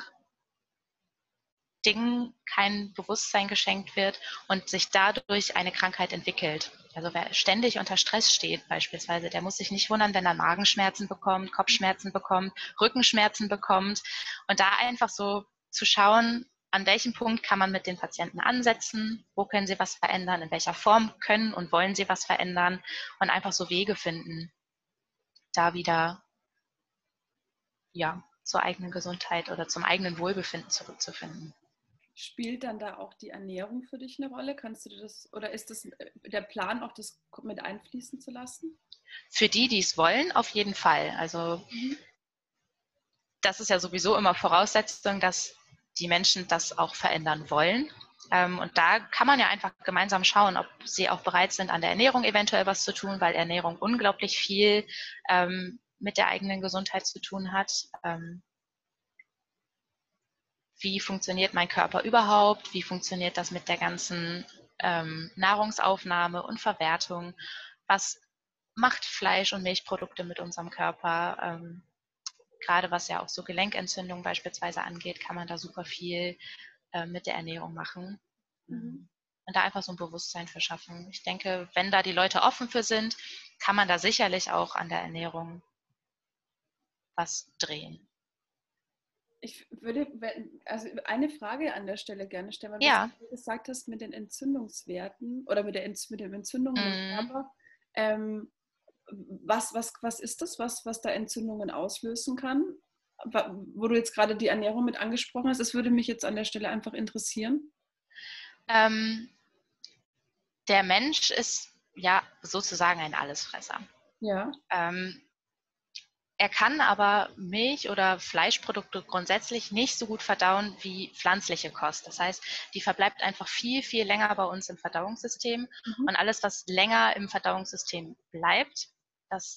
Dingen kein Bewusstsein geschenkt wird und sich dadurch eine Krankheit entwickelt. Also wer ständig unter Stress steht beispielsweise, der muss sich nicht wundern, wenn er Magenschmerzen bekommt, Kopfschmerzen bekommt, Rückenschmerzen bekommt. Und da einfach so zu schauen, an welchem Punkt kann man mit den Patienten ansetzen, wo können sie was verändern, in welcher Form können und wollen sie was verändern und einfach so Wege finden, da wieder ja, zur eigenen Gesundheit oder zum eigenen Wohlbefinden zurückzufinden. Spielt dann da auch die Ernährung für dich eine Rolle? Kannst du dir das, oder ist das der Plan, auch das mit einfließen zu lassen? Für die, die es wollen, auf jeden Fall. Also Mhm. das ist ja sowieso immer Voraussetzung, dass die Menschen das auch verändern wollen. Ähm, und da kann man ja einfach gemeinsam schauen, ob sie auch bereit sind, an der Ernährung eventuell was zu tun, weil Ernährung unglaublich viel ähm, mit der eigenen Gesundheit zu tun hat. Ähm, wie funktioniert mein Körper überhaupt? Wie funktioniert das mit der ganzen ähm, Nahrungsaufnahme und Verwertung? Was macht Fleisch und Milchprodukte mit unserem Körper? Ähm, gerade was ja auch so Gelenkentzündung beispielsweise angeht, kann man da super viel äh, mit der Ernährung machen. Mhm. Und da einfach so ein Bewusstsein für schaffen. Ich denke, wenn da die Leute offen für sind, kann man da sicherlich auch an der Ernährung was drehen. Ich würde, also eine Frage an der Stelle gerne stellen, weil was Ja. du gesagt hast mit den Entzündungswerten oder mit, der Enz mit den Entzündungen im Mm. Körper. Ähm, was, was, was ist das, was, was da Entzündungen auslösen kann? Wo du jetzt gerade die Ernährung mit angesprochen hast, das würde mich jetzt an der Stelle einfach interessieren. Ähm, der Mensch ist ja sozusagen ein Allesfresser. Ja. Ähm, er kann aber Milch- oder Fleischprodukte grundsätzlich nicht so gut verdauen wie pflanzliche Kost. Das heißt, die verbleibt einfach viel, viel länger bei uns im Verdauungssystem. Mhm. Und alles, was länger im Verdauungssystem bleibt, das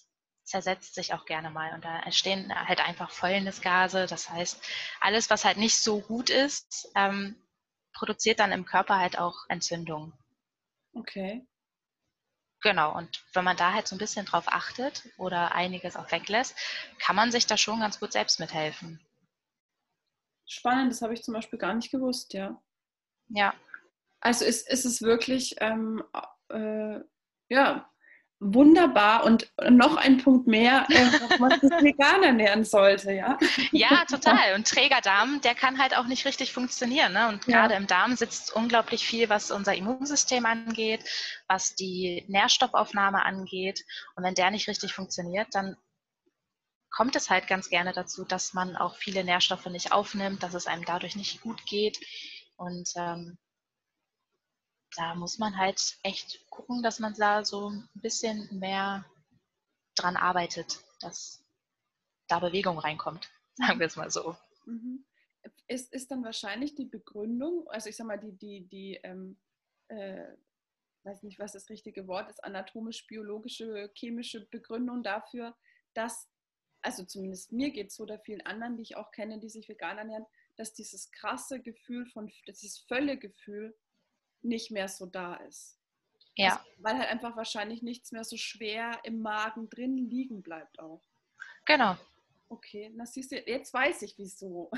zersetzt sich auch gerne mal und da entstehen halt einfach Fäulnisgase. Das heißt, alles, was halt nicht so gut ist, ähm, produziert dann im Körper halt auch Entzündungen. Okay. Genau, und wenn man da halt so ein bisschen drauf achtet oder einiges auch weglässt, kann man sich da schon ganz gut selbst mithelfen. Spannend, das habe ich zum Beispiel gar nicht gewusst, ja. Ja. Also ist, ist es wirklich, ähm, äh, ja, wunderbar und noch ein Punkt mehr, äh, warum man sich vegan ernähren sollte, ja. Ja, total. Und Trägerdarm, der kann halt auch nicht richtig funktionieren. Ne? Und Ja. gerade im Darm sitzt unglaublich viel, was unser Immunsystem angeht, was die Nährstoffaufnahme angeht. Und wenn der nicht richtig funktioniert, dann kommt es halt ganz gerne dazu, dass man auch viele Nährstoffe nicht aufnimmt, dass es einem dadurch nicht gut geht. Und ähm, da muss man halt echt gucken, dass man da so ein bisschen mehr dran arbeitet, dass da Bewegung reinkommt, sagen wir es mal so. Mhm. Ist, ist dann wahrscheinlich die Begründung, also ich sag mal, die, die, die ähm, äh, weiß nicht, was das richtige Wort ist, anatomisch-biologische, chemische Begründung dafür, dass, also zumindest mir geht es so, oder vielen anderen, die ich auch kenne, die sich vegan ernähren, dass dieses krasse Gefühl von, dieses Völlegefühl nicht mehr so da ist. Ja. Also, weil halt einfach wahrscheinlich nichts mehr so schwer im Magen drin liegen bleibt auch. Genau. Okay, na siehst du, jetzt weiß ich wieso.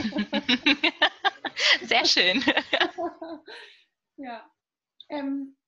Sehr schön. Ja. Ähm,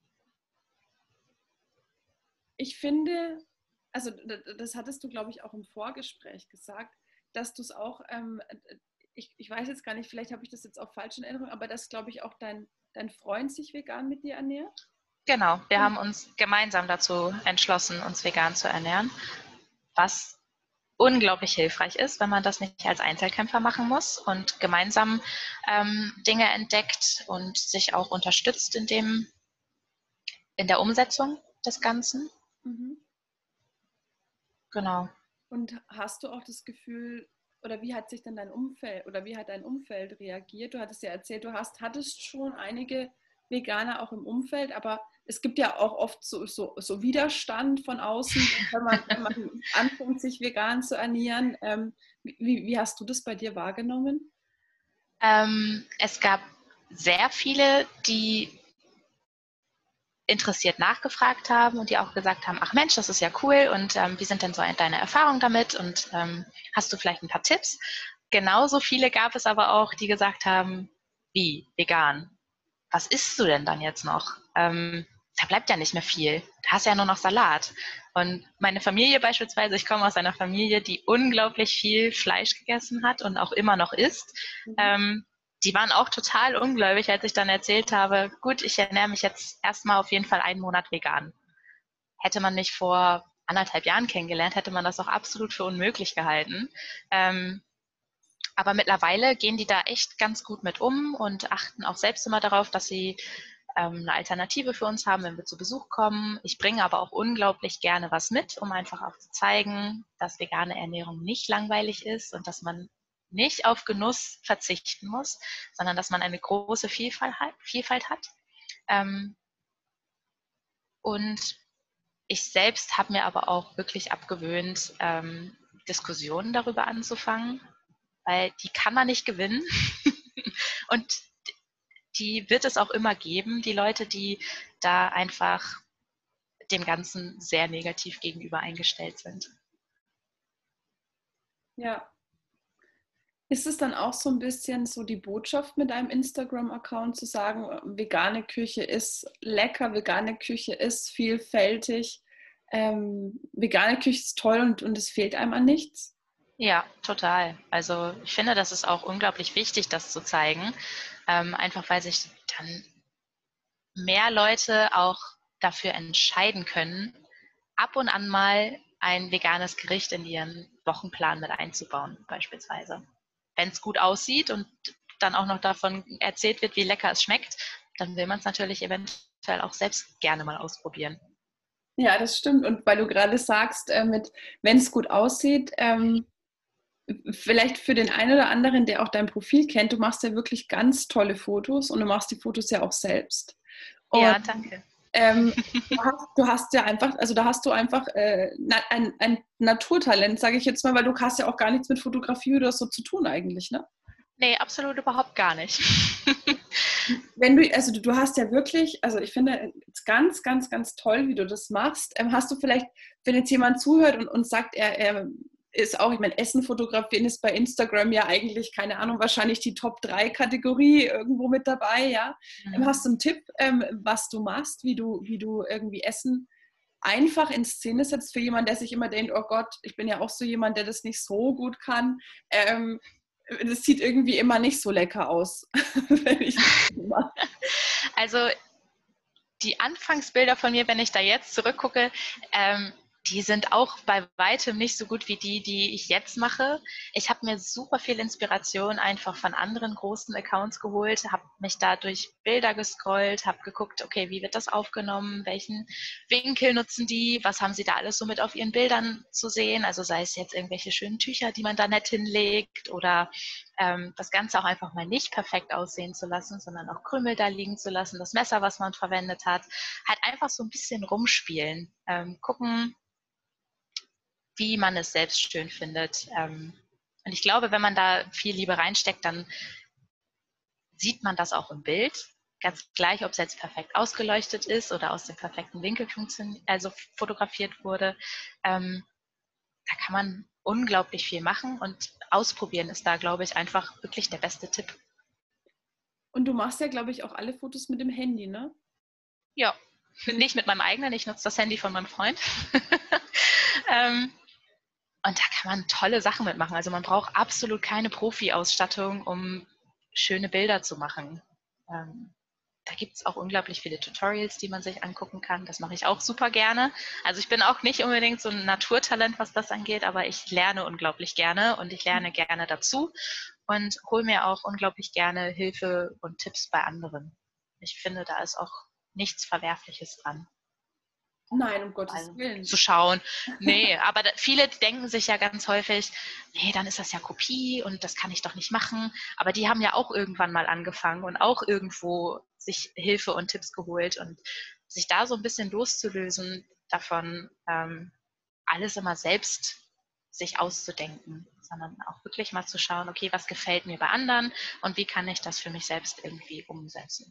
ich finde, also das hattest du, glaube ich, auch im Vorgespräch gesagt, dass du es auch, ähm, ich, ich weiß jetzt gar nicht, vielleicht habe ich das jetzt auch falsch in Erinnerung, aber dass, glaube ich, auch dein, dein Freund sich vegan mit dir ernährt? Genau, wir haben uns gemeinsam dazu entschlossen, uns vegan zu ernähren, was unglaublich hilfreich ist, wenn man das nicht als Einzelkämpfer machen muss und gemeinsam ähm, Dinge entdeckt und sich auch unterstützt in dem, in der Umsetzung des Ganzen. Mhm. Genau. Und hast du auch das Gefühl, oder wie hat sich denn dein Umfeld oder wie hat dein Umfeld reagiert? Du hattest ja erzählt, du hast, hattest schon einige Veganer auch im Umfeld, aber es gibt ja auch oft so, so, so Widerstand von außen, wenn man, wenn man anfängt, sich vegan zu ernähren. Ähm, wie, wie hast du das bei dir wahrgenommen? Ähm, es gab sehr viele, die interessiert nachgefragt haben und die auch gesagt haben, ach Mensch, das ist ja cool und ähm, wie sind denn so deine Erfahrungen damit und ähm, hast du vielleicht ein paar Tipps? Genauso viele gab es aber auch, die gesagt haben, wie, vegan? Was isst du denn dann jetzt noch? Ähm, da bleibt ja nicht mehr viel. Da hast ja nur noch Salat. Und meine Familie beispielsweise, ich komme aus einer Familie, die unglaublich viel Fleisch gegessen hat und auch immer noch isst. Mhm. Ähm, die waren auch total ungläubig, als ich dann erzählt habe, gut, ich ernähre mich jetzt erstmal auf jeden Fall einen Monat vegan. Hätte man mich vor anderthalb Jahren kennengelernt, hätte man das auch absolut für unmöglich gehalten. Ähm, aber mittlerweile gehen die da echt ganz gut mit um und achten auch selbst immer darauf, dass sie ähm, eine Alternative für uns haben, wenn wir zu Besuch kommen. Ich bringe aber auch unglaublich gerne was mit, um einfach auch zu zeigen, dass vegane Ernährung nicht langweilig ist und dass man nicht auf Genuss verzichten muss, sondern dass man eine große Vielfalt hat. Vielfalt hat. Ähm, und ich selbst habe mir aber auch wirklich abgewöhnt, ähm, Diskussionen darüber anzufangen, weil die kann man nicht gewinnen. Und die wird es auch immer geben, die Leute, die da einfach dem Ganzen sehr negativ gegenüber eingestellt sind. Ja. Ist es dann auch so ein bisschen so die Botschaft mit deinem Instagram-Account zu sagen, vegane Küche ist lecker, vegane Küche ist vielfältig, ähm, vegane Küche ist toll und, und es fehlt einem an nichts? Ja, total. Also ich finde, das ist auch unglaublich wichtig, das zu zeigen, ähm, einfach weil sich dann mehr Leute auch dafür entscheiden können, ab und an mal ein veganes Gericht in ihren Wochenplan mit einzubauen, beispielsweise. Wenn es gut aussieht und dann auch noch davon erzählt wird, wie lecker es schmeckt, dann will man es natürlich eventuell auch selbst gerne mal ausprobieren. Ja, das stimmt. Und weil du gerade sagst, äh, mit wenn es gut aussieht, ähm, vielleicht für den einen oder anderen, der auch dein Profil kennt, du machst ja wirklich ganz tolle Fotos und du machst die Fotos ja auch selbst. Und Ja, danke. Ähm, du, hast, du hast ja einfach, also da hast du einfach äh, ein, ein Naturtalent, sage ich jetzt mal, weil du hast ja auch gar nichts mit Fotografie oder so zu tun eigentlich, ne? Nee, absolut überhaupt gar nicht. Wenn du, also du, du hast ja wirklich, also ich finde es ganz, ganz, ganz toll, wie du das machst. Ähm, hast du vielleicht, wenn jetzt jemand zuhört und, und sagt, er, er ist auch, ich meine, Essen fotografieren ist bei Instagram ja eigentlich, keine Ahnung, wahrscheinlich die Top drei Kategorie irgendwo mit dabei, ja. Ähm, Mhm. hast du einen Tipp, ähm, was du machst, wie du, wie du irgendwie Essen einfach in Szene setzt für jemanden, der sich immer denkt, oh Gott, ich bin ja auch so jemand, der das nicht so gut kann. Ähm, das sieht irgendwie immer nicht so lecker aus, wenn ich das mache. Also die Anfangsbilder von mir, wenn ich da jetzt zurückgucke, ähm, die sind auch bei weitem nicht so gut wie die, die ich jetzt mache. Ich habe mir super viel Inspiration einfach von anderen großen Accounts geholt, habe mich da durch Bilder gescrollt, habe geguckt, okay, wie wird das aufgenommen, welchen Winkel nutzen die, was haben sie da alles so mit auf ihren Bildern zu sehen, also sei es jetzt irgendwelche schönen Tücher, die man da nett hinlegt oder ähm, das Ganze auch einfach mal nicht perfekt aussehen zu lassen, sondern auch Krümel da liegen zu lassen, das Messer, was man verwendet hat, halt einfach so ein bisschen rumspielen, ähm, gucken, wie man es selbst schön findet. Ähm, und ich glaube, wenn man da viel Liebe reinsteckt, dann sieht man das auch im Bild. Ganz gleich, ob es jetzt perfekt ausgeleuchtet ist oder aus dem perfekten Winkel also fotografiert wurde. Ähm, da kann man unglaublich viel machen und ausprobieren ist da, glaube ich, einfach wirklich der beste Tipp. Und du machst ja, glaube ich, auch alle Fotos mit dem Handy, ne? Ja, nicht mit meinem eigenen, ich nutze das Handy von meinem Freund. ähm, und da kann man tolle Sachen mitmachen. Also man braucht absolut keine Profi-Ausstattung, um schöne Bilder zu machen. Ähm, da gibt es auch unglaublich viele Tutorials, die man sich angucken kann. Das mache ich auch super gerne. Also ich bin auch nicht unbedingt so ein Naturtalent, was das angeht, aber ich lerne unglaublich gerne und ich lerne gerne dazu und hole mir auch unglaublich gerne Hilfe und Tipps bei anderen. Ich finde, da ist auch nichts Verwerfliches dran. Nein, um Gottes Also, Willen. zu schauen. Nee, aber da, viele denken sich ja ganz häufig, nee, dann ist das ja Kopie und das kann ich doch nicht machen. Aber die haben ja auch irgendwann mal angefangen und auch irgendwo sich Hilfe und Tipps geholt und sich da so ein bisschen loszulösen davon, ähm, alles immer selbst sich auszudenken, sondern auch wirklich mal zu schauen, okay, was gefällt mir bei anderen und wie kann ich das für mich selbst irgendwie umsetzen.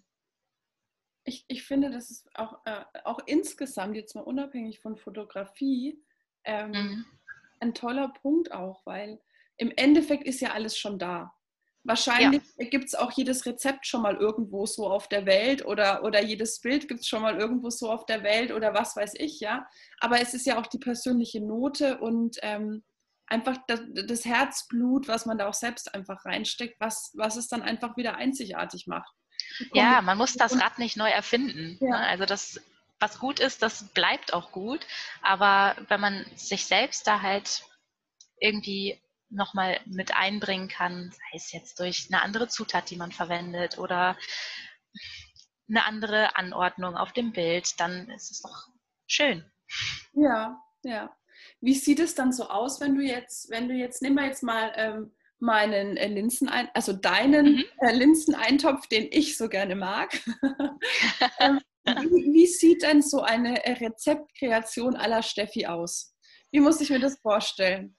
Ich, ich finde, das ist auch, äh, auch insgesamt, jetzt mal unabhängig von Fotografie, ähm, Mhm. ein toller Punkt auch, weil im Endeffekt ist ja alles schon da. Ja, Wahrscheinlich gibt es auch jedes Rezept schon mal irgendwo so auf der Welt oder, oder jedes Bild gibt es schon mal irgendwo so auf der Welt oder was weiß ich, ja. Aber es ist ja auch die persönliche Note und ähm, einfach das, das Herzblut, was man da auch selbst einfach reinsteckt, was, was es dann einfach wieder einzigartig macht. Die ja, man muss das Kombination, Rad nicht neu erfinden. Ne? ja. Also das, was gut ist, das bleibt auch gut. Aber wenn man sich selbst da halt irgendwie nochmal mit einbringen kann, sei es jetzt durch eine andere Zutat, die man verwendet oder eine andere Anordnung auf dem Bild, dann ist es doch schön. Ja, ja. Wie sieht es dann so aus, wenn du jetzt, wenn du jetzt, nimm mal jetzt mal ähm, meinen äh, Linsenein, also deinen Mhm. äh, Linseneintopf, den ich so gerne mag. ähm, wie, wie sieht denn so eine äh, Rezeptkreation à la Steffi aus? Wie muss ich mir das vorstellen?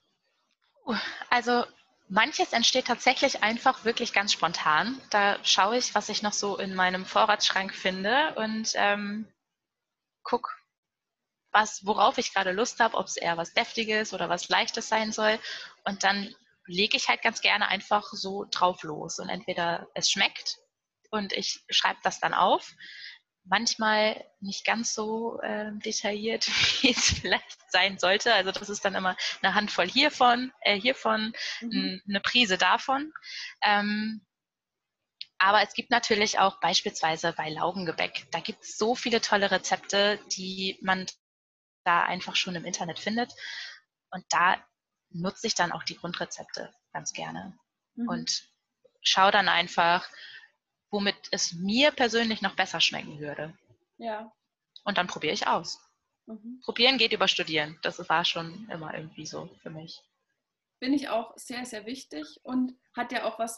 Also manches entsteht tatsächlich einfach wirklich ganz spontan. Da schaue ich, was ich noch so in meinem Vorratsschrank finde und ähm, gucke, was, worauf ich gerade Lust habe, ob es eher was Deftiges oder was Leichtes sein soll. Und dann lege ich halt ganz gerne einfach so drauf los. Und entweder es schmeckt und ich schreibe das dann auf. Manchmal nicht ganz so äh, detailliert, wie es vielleicht sein sollte. Also das ist dann immer eine Handvoll hiervon, äh, hiervon, Mhm. n- eine Prise davon. Ähm, aber es gibt natürlich auch beispielsweise bei Laugengebäck, da gibt es so viele tolle Rezepte, die man da einfach schon im Internet findet. Und da nutze ich dann auch die Grundrezepte ganz gerne Mhm. und schaue dann einfach, womit es mir persönlich noch besser schmecken würde. Ja. Und dann probiere ich aus. Mhm. Probieren geht über Studieren. Das war schon immer irgendwie so für mich. Finde ich auch sehr, sehr wichtig und hat ja auch was mit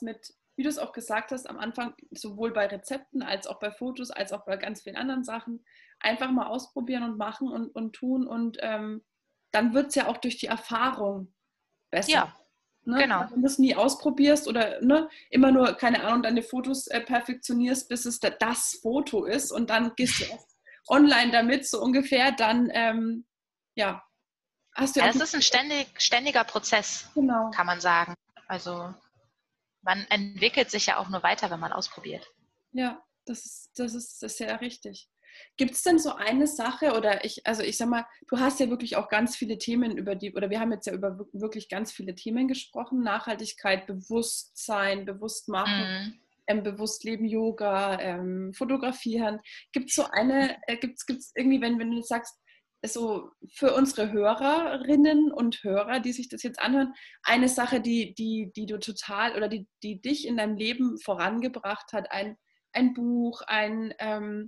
wie du es auch gesagt hast, am Anfang sowohl bei Rezepten als auch bei Fotos, als auch bei ganz vielen anderen Sachen, einfach mal ausprobieren und machen und, und tun und ähm, dann wird es ja auch durch die Erfahrung besser. Ja, Ne? genau. Wenn du es nie ausprobierst oder ne, immer nur, keine Ahnung, deine Fotos äh, perfektionierst, bis es da, das Foto ist und dann gehst du erst online damit, so ungefähr, dann ähm, ja, hast du ja Ja, auch... das ist ein ständig, ständiger Prozess, Genau. kann man sagen. Also man entwickelt sich ja auch nur weiter, wenn man ausprobiert. Ja, das ist, das ist, das ist ja richtig. Gibt es denn so eine Sache oder ich, also ich sag mal, du hast ja wirklich auch ganz viele Themen über die, oder wir haben jetzt ja über wirklich ganz viele Themen gesprochen, Nachhaltigkeit, Bewusstsein, Bewusstmachen, Mhm. ähm, Bewusstleben, Yoga, ähm, Fotografieren. Gibt es so eine, äh, gibt es irgendwie, wenn, wenn du sagst, so für unsere Hörerinnen und Hörer, die sich das jetzt anhören, eine Sache, die, die, die du total oder die, die dich in deinem Leben vorangebracht hat, ein, ein Buch, ein, ähm,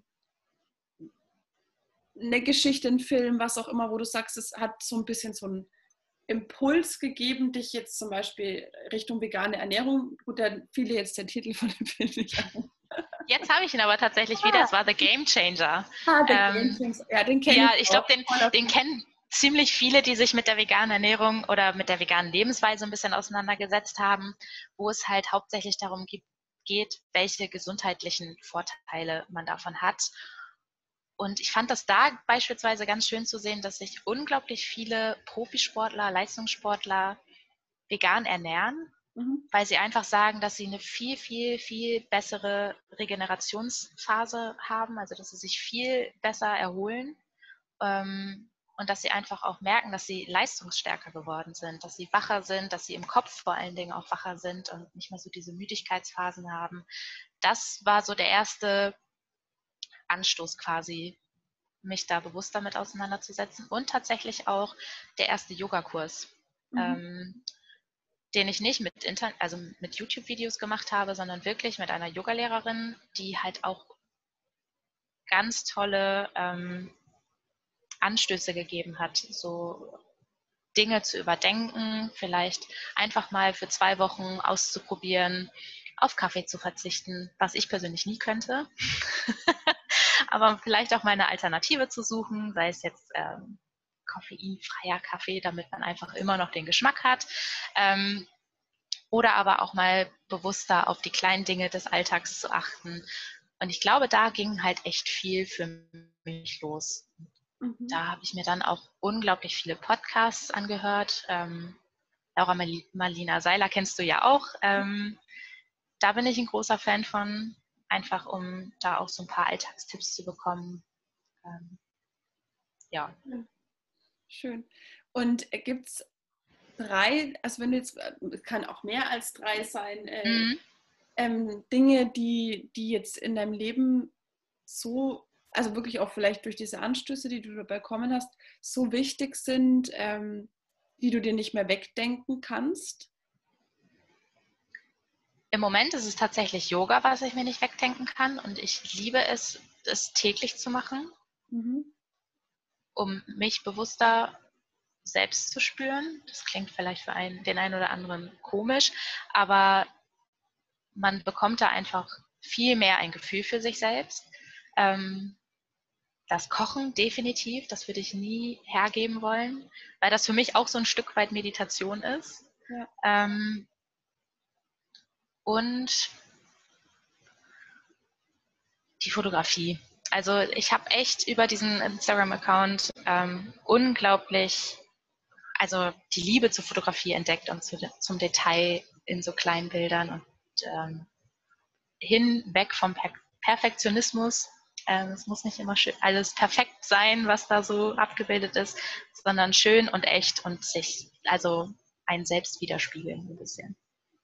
eine Geschichte, ein Film, was auch immer, wo du sagst, es hat so ein bisschen so einen Impuls gegeben, dich jetzt zum Beispiel Richtung vegane Ernährung, gut, da fiel dir jetzt der Titel von dem Film nicht ein. Jetzt habe ich ihn aber tatsächlich wieder. Ah, Es war The Game Changer. ah, der Game Ähm, Changer. Ja, den kenne ja, ich ich glaube, auch. den, den kennen ziemlich viele, die sich mit der veganen Ernährung oder mit der veganen Lebensweise ein bisschen auseinandergesetzt haben, wo es halt hauptsächlich darum gibt, geht, welche gesundheitlichen Vorteile man davon hat. Und ich fand das da beispielsweise ganz schön zu sehen, dass sich unglaublich viele Profisportler, Leistungssportler vegan ernähren, Mhm. weil sie einfach sagen, dass sie eine viel, viel, viel bessere Regenerationsphase haben, also dass sie sich viel besser erholen ähm, und dass sie einfach auch merken, dass sie leistungsstärker geworden sind, dass sie wacher sind, dass sie im Kopf vor allen Dingen auch wacher sind und nicht mehr so diese Müdigkeitsphasen haben. Das war so der erste Anstoß quasi, mich da bewusst damit auseinanderzusetzen und tatsächlich auch der erste Yogakurs, Mhm. ähm, den ich nicht mit Internet, also mit YouTube-Videos gemacht habe, sondern wirklich mit einer Yogalehrerin, die halt auch ganz tolle ähm, Anstöße gegeben hat, so Dinge zu überdenken, vielleicht einfach mal für zwei Wochen auszuprobieren, auf Kaffee zu verzichten, was ich persönlich nie könnte. Aber vielleicht auch mal eine Alternative zu suchen, sei es jetzt ähm, koffeinfreier Kaffee, damit man einfach immer noch den Geschmack hat. Ähm, oder aber auch mal bewusster auf die kleinen Dinge des Alltags zu achten. Und ich glaube, da ging halt echt viel für mich los. Mhm. Da habe ich mir dann auch unglaublich viele Podcasts angehört. Ähm, Laura Marlina Seiler kennst du ja auch. Ähm, da bin ich ein großer Fan von, einfach um da auch so ein paar Alltagstipps zu bekommen. Ähm, ja. Schön. Und gibt es drei, also wenn du jetzt, es kann auch mehr als drei sein, äh, Mhm. ähm, Dinge, die, die jetzt in deinem Leben so, also wirklich auch vielleicht durch diese Anstöße, die du dabei bekommen hast, so wichtig sind, ähm, die du dir nicht mehr wegdenken kannst? Im Moment ist es tatsächlich Yoga, was ich mir nicht wegdenken kann. Und ich liebe es, es täglich zu machen, Mhm. um mich bewusster selbst zu spüren. Das klingt vielleicht für einen, den einen oder anderen komisch, aber man bekommt da einfach viel mehr ein Gefühl für sich selbst. Ähm, das Kochen definitiv, das würde ich nie hergeben wollen, weil das für mich auch so ein Stück weit Meditation ist. Ja. Ähm, und die Fotografie. Also ich habe echt über diesen Instagram-Account ähm, unglaublich, also die Liebe zur Fotografie entdeckt und zu, zum Detail in so kleinen Bildern und ähm, hinweg vom per Perfektionismus. Ähm, es muss nicht immer schön, alles perfekt sein, was da so abgebildet ist, sondern schön und echt und sich, also ein selbst widerspiegeln ein bisschen.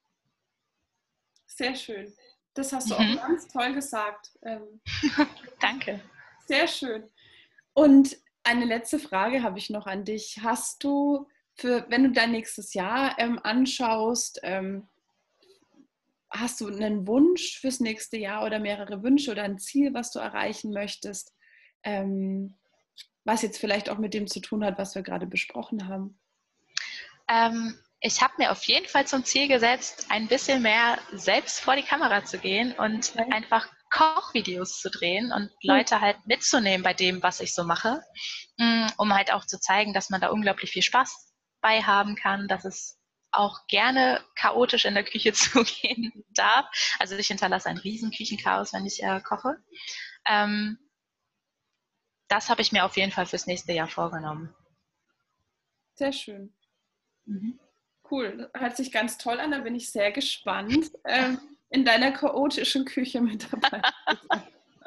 Sehr schön. Das hast du auch Mhm. ganz toll gesagt. Ähm, Danke. sehr schön. Und eine letzte Frage habe ich noch an dich. Hast du, für, wenn du dein nächstes Jahr ähm, anschaust, ähm, hast du einen Wunsch fürs nächste Jahr oder mehrere Wünsche oder ein Ziel, was du erreichen möchtest, ähm, was jetzt vielleicht auch mit dem zu tun hat, was wir gerade besprochen haben? Ähm, ich habe mir auf jeden Fall zum Ziel gesetzt, ein bisschen mehr selbst vor die Kamera zu gehen und Okay. einfach Kochvideos zu drehen und Leute halt mitzunehmen bei dem, was ich so mache, um halt auch zu zeigen, dass man da unglaublich viel Spaß bei haben kann, dass es auch gerne chaotisch in der Küche zugehen darf. Also ich hinterlasse ein riesen Küchenchaos, wenn ich äh, koche. Ähm, das habe ich mir auf jeden Fall fürs nächste Jahr vorgenommen. Sehr schön. Mhm. Cool, hört sich ganz toll an, da bin ich sehr gespannt, ähm, in deiner chaotischen Küche mit dabei zu sein.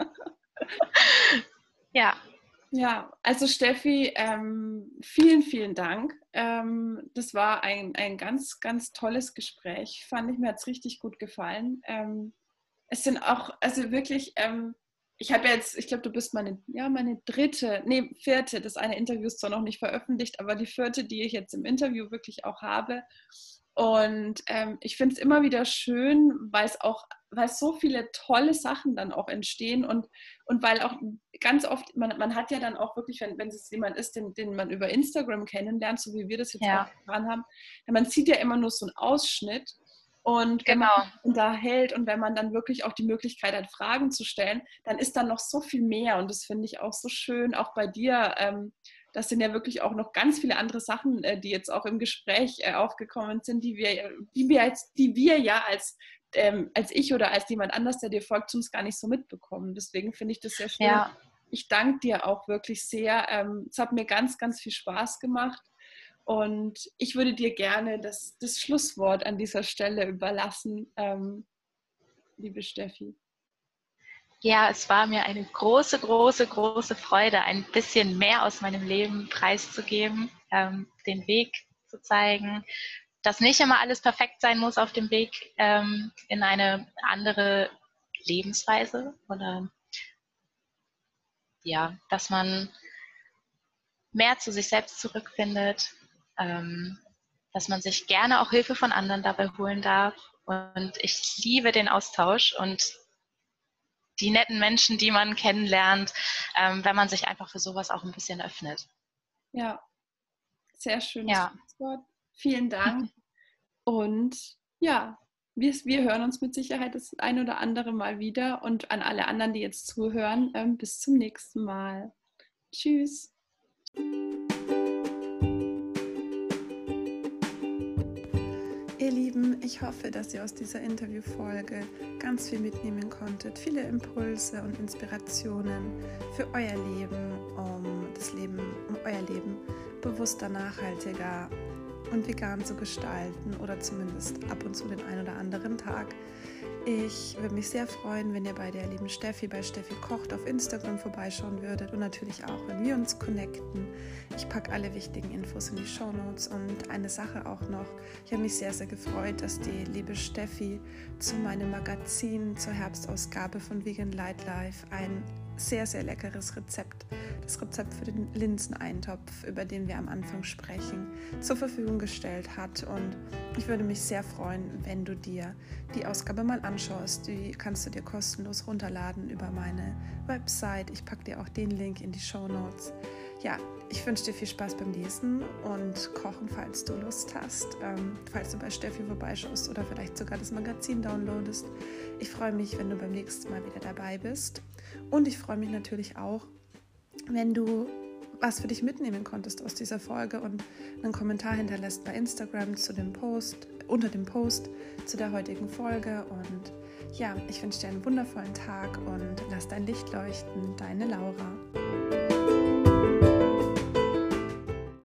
Ja. Ja, also Steffi, ähm, vielen, vielen Dank. Ähm, das war ein, ein ganz, ganz tolles Gespräch, fand ich, mir hat es richtig gut gefallen. Ähm, es sind auch, also wirklich, ähm, ich habe jetzt, ich glaube, du bist meine, ja, meine dritte, nee, vierte, das eine Interview ist zwar noch nicht veröffentlicht, aber die vierte, die ich jetzt im Interview wirklich auch habe. Und ähm, ich finde es immer wieder schön, weil es auch, weil so viele tolle Sachen dann auch entstehen und, und weil auch ganz oft, man, man hat ja dann auch wirklich, wenn, wenn es jemand ist, den, den man über Instagram kennenlernt, so wie wir das jetzt Ja. auch getan haben, man sieht ja immer nur so einen Ausschnitt. Und wenn Genau. man sich unterhält und wenn man dann wirklich auch die Möglichkeit hat, Fragen zu stellen, dann ist dann noch so viel mehr. Und das finde ich auch so schön, auch bei dir. Ähm, das sind ja wirklich auch noch ganz viele andere Sachen, äh, die jetzt auch im Gespräch äh, aufgekommen sind, die wir, die wir, als, die wir ja als, ähm, als ich oder als jemand anders, der dir folgt, sonst gar nicht so mitbekommen. Deswegen finde ich das sehr schön. Ja. Ich danke dir auch wirklich sehr. Ähm, es hat mir ganz, ganz viel Spaß gemacht. Und ich würde dir gerne das, das Schlusswort an dieser Stelle überlassen, ähm, liebe Steffi. Ja, es war mir eine große, große, große Freude, ein bisschen mehr aus meinem Leben preiszugeben, ähm, den Weg zu zeigen, dass nicht immer alles perfekt sein muss auf dem Weg ähm, in eine andere Lebensweise oder ja, dass man mehr zu sich selbst zurückfindet, ähm, dass man sich gerne auch Hilfe von anderen dabei holen darf. Und ich liebe den Austausch und die netten Menschen, die man kennenlernt, ähm, wenn man sich einfach für sowas auch ein bisschen öffnet. Ja, sehr schönes Ja. Schlusswort. Vielen Dank. Und ja, wir, wir hören uns mit Sicherheit das ein oder andere Mal wieder. Und an alle anderen, die jetzt zuhören, ähm, bis zum nächsten Mal. Tschüss. Ihr Lieben, ich hoffe, dass ihr aus dieser Interviewfolge ganz viel mitnehmen konntet, viele Impulse und Inspirationen für euer Leben, um das Leben, um euer Leben bewusster, nachhaltiger und vegan zu gestalten oder zumindest ab und zu den einen oder anderen Tag. Ich würde mich sehr freuen, wenn ihr bei der lieben Steffi, bei Steffi Kocht auf Instagram vorbeischauen würdet und natürlich auch, wenn wir uns connecten. Ich packe alle wichtigen Infos in die Shownotes und eine Sache auch noch. Ich habe mich sehr, sehr gefreut, dass die liebe Steffi zu meinem Magazin, zur Herbstausgabe von Vegan Light Life ein sehr, sehr leckeres Rezept, das Rezept für den Linseneintopf, über den wir am Anfang sprechen, zur Verfügung gestellt hat. Und ich würde mich sehr freuen, wenn du dir die Ausgabe mal anschaust. Die kannst du dir kostenlos runterladen über meine Website. Ich packe dir auch den Link in die Shownotes. Ja, ich wünsche dir viel Spaß beim Lesen und Kochen, falls du Lust hast, ähm, falls du bei Steffi vorbeischaust oder vielleicht sogar das Magazin downloadest. Ich freue mich, wenn du beim nächsten Mal wieder dabei bist. Und ich freue mich natürlich auch, wenn du was für dich mitnehmen konntest aus dieser Folge und einen Kommentar hinterlässt bei Instagram zu dem Post, unter dem Post zu der heutigen Folge. Und ja, ich wünsche dir einen wundervollen Tag und lass dein Licht leuchten. Deine Laura.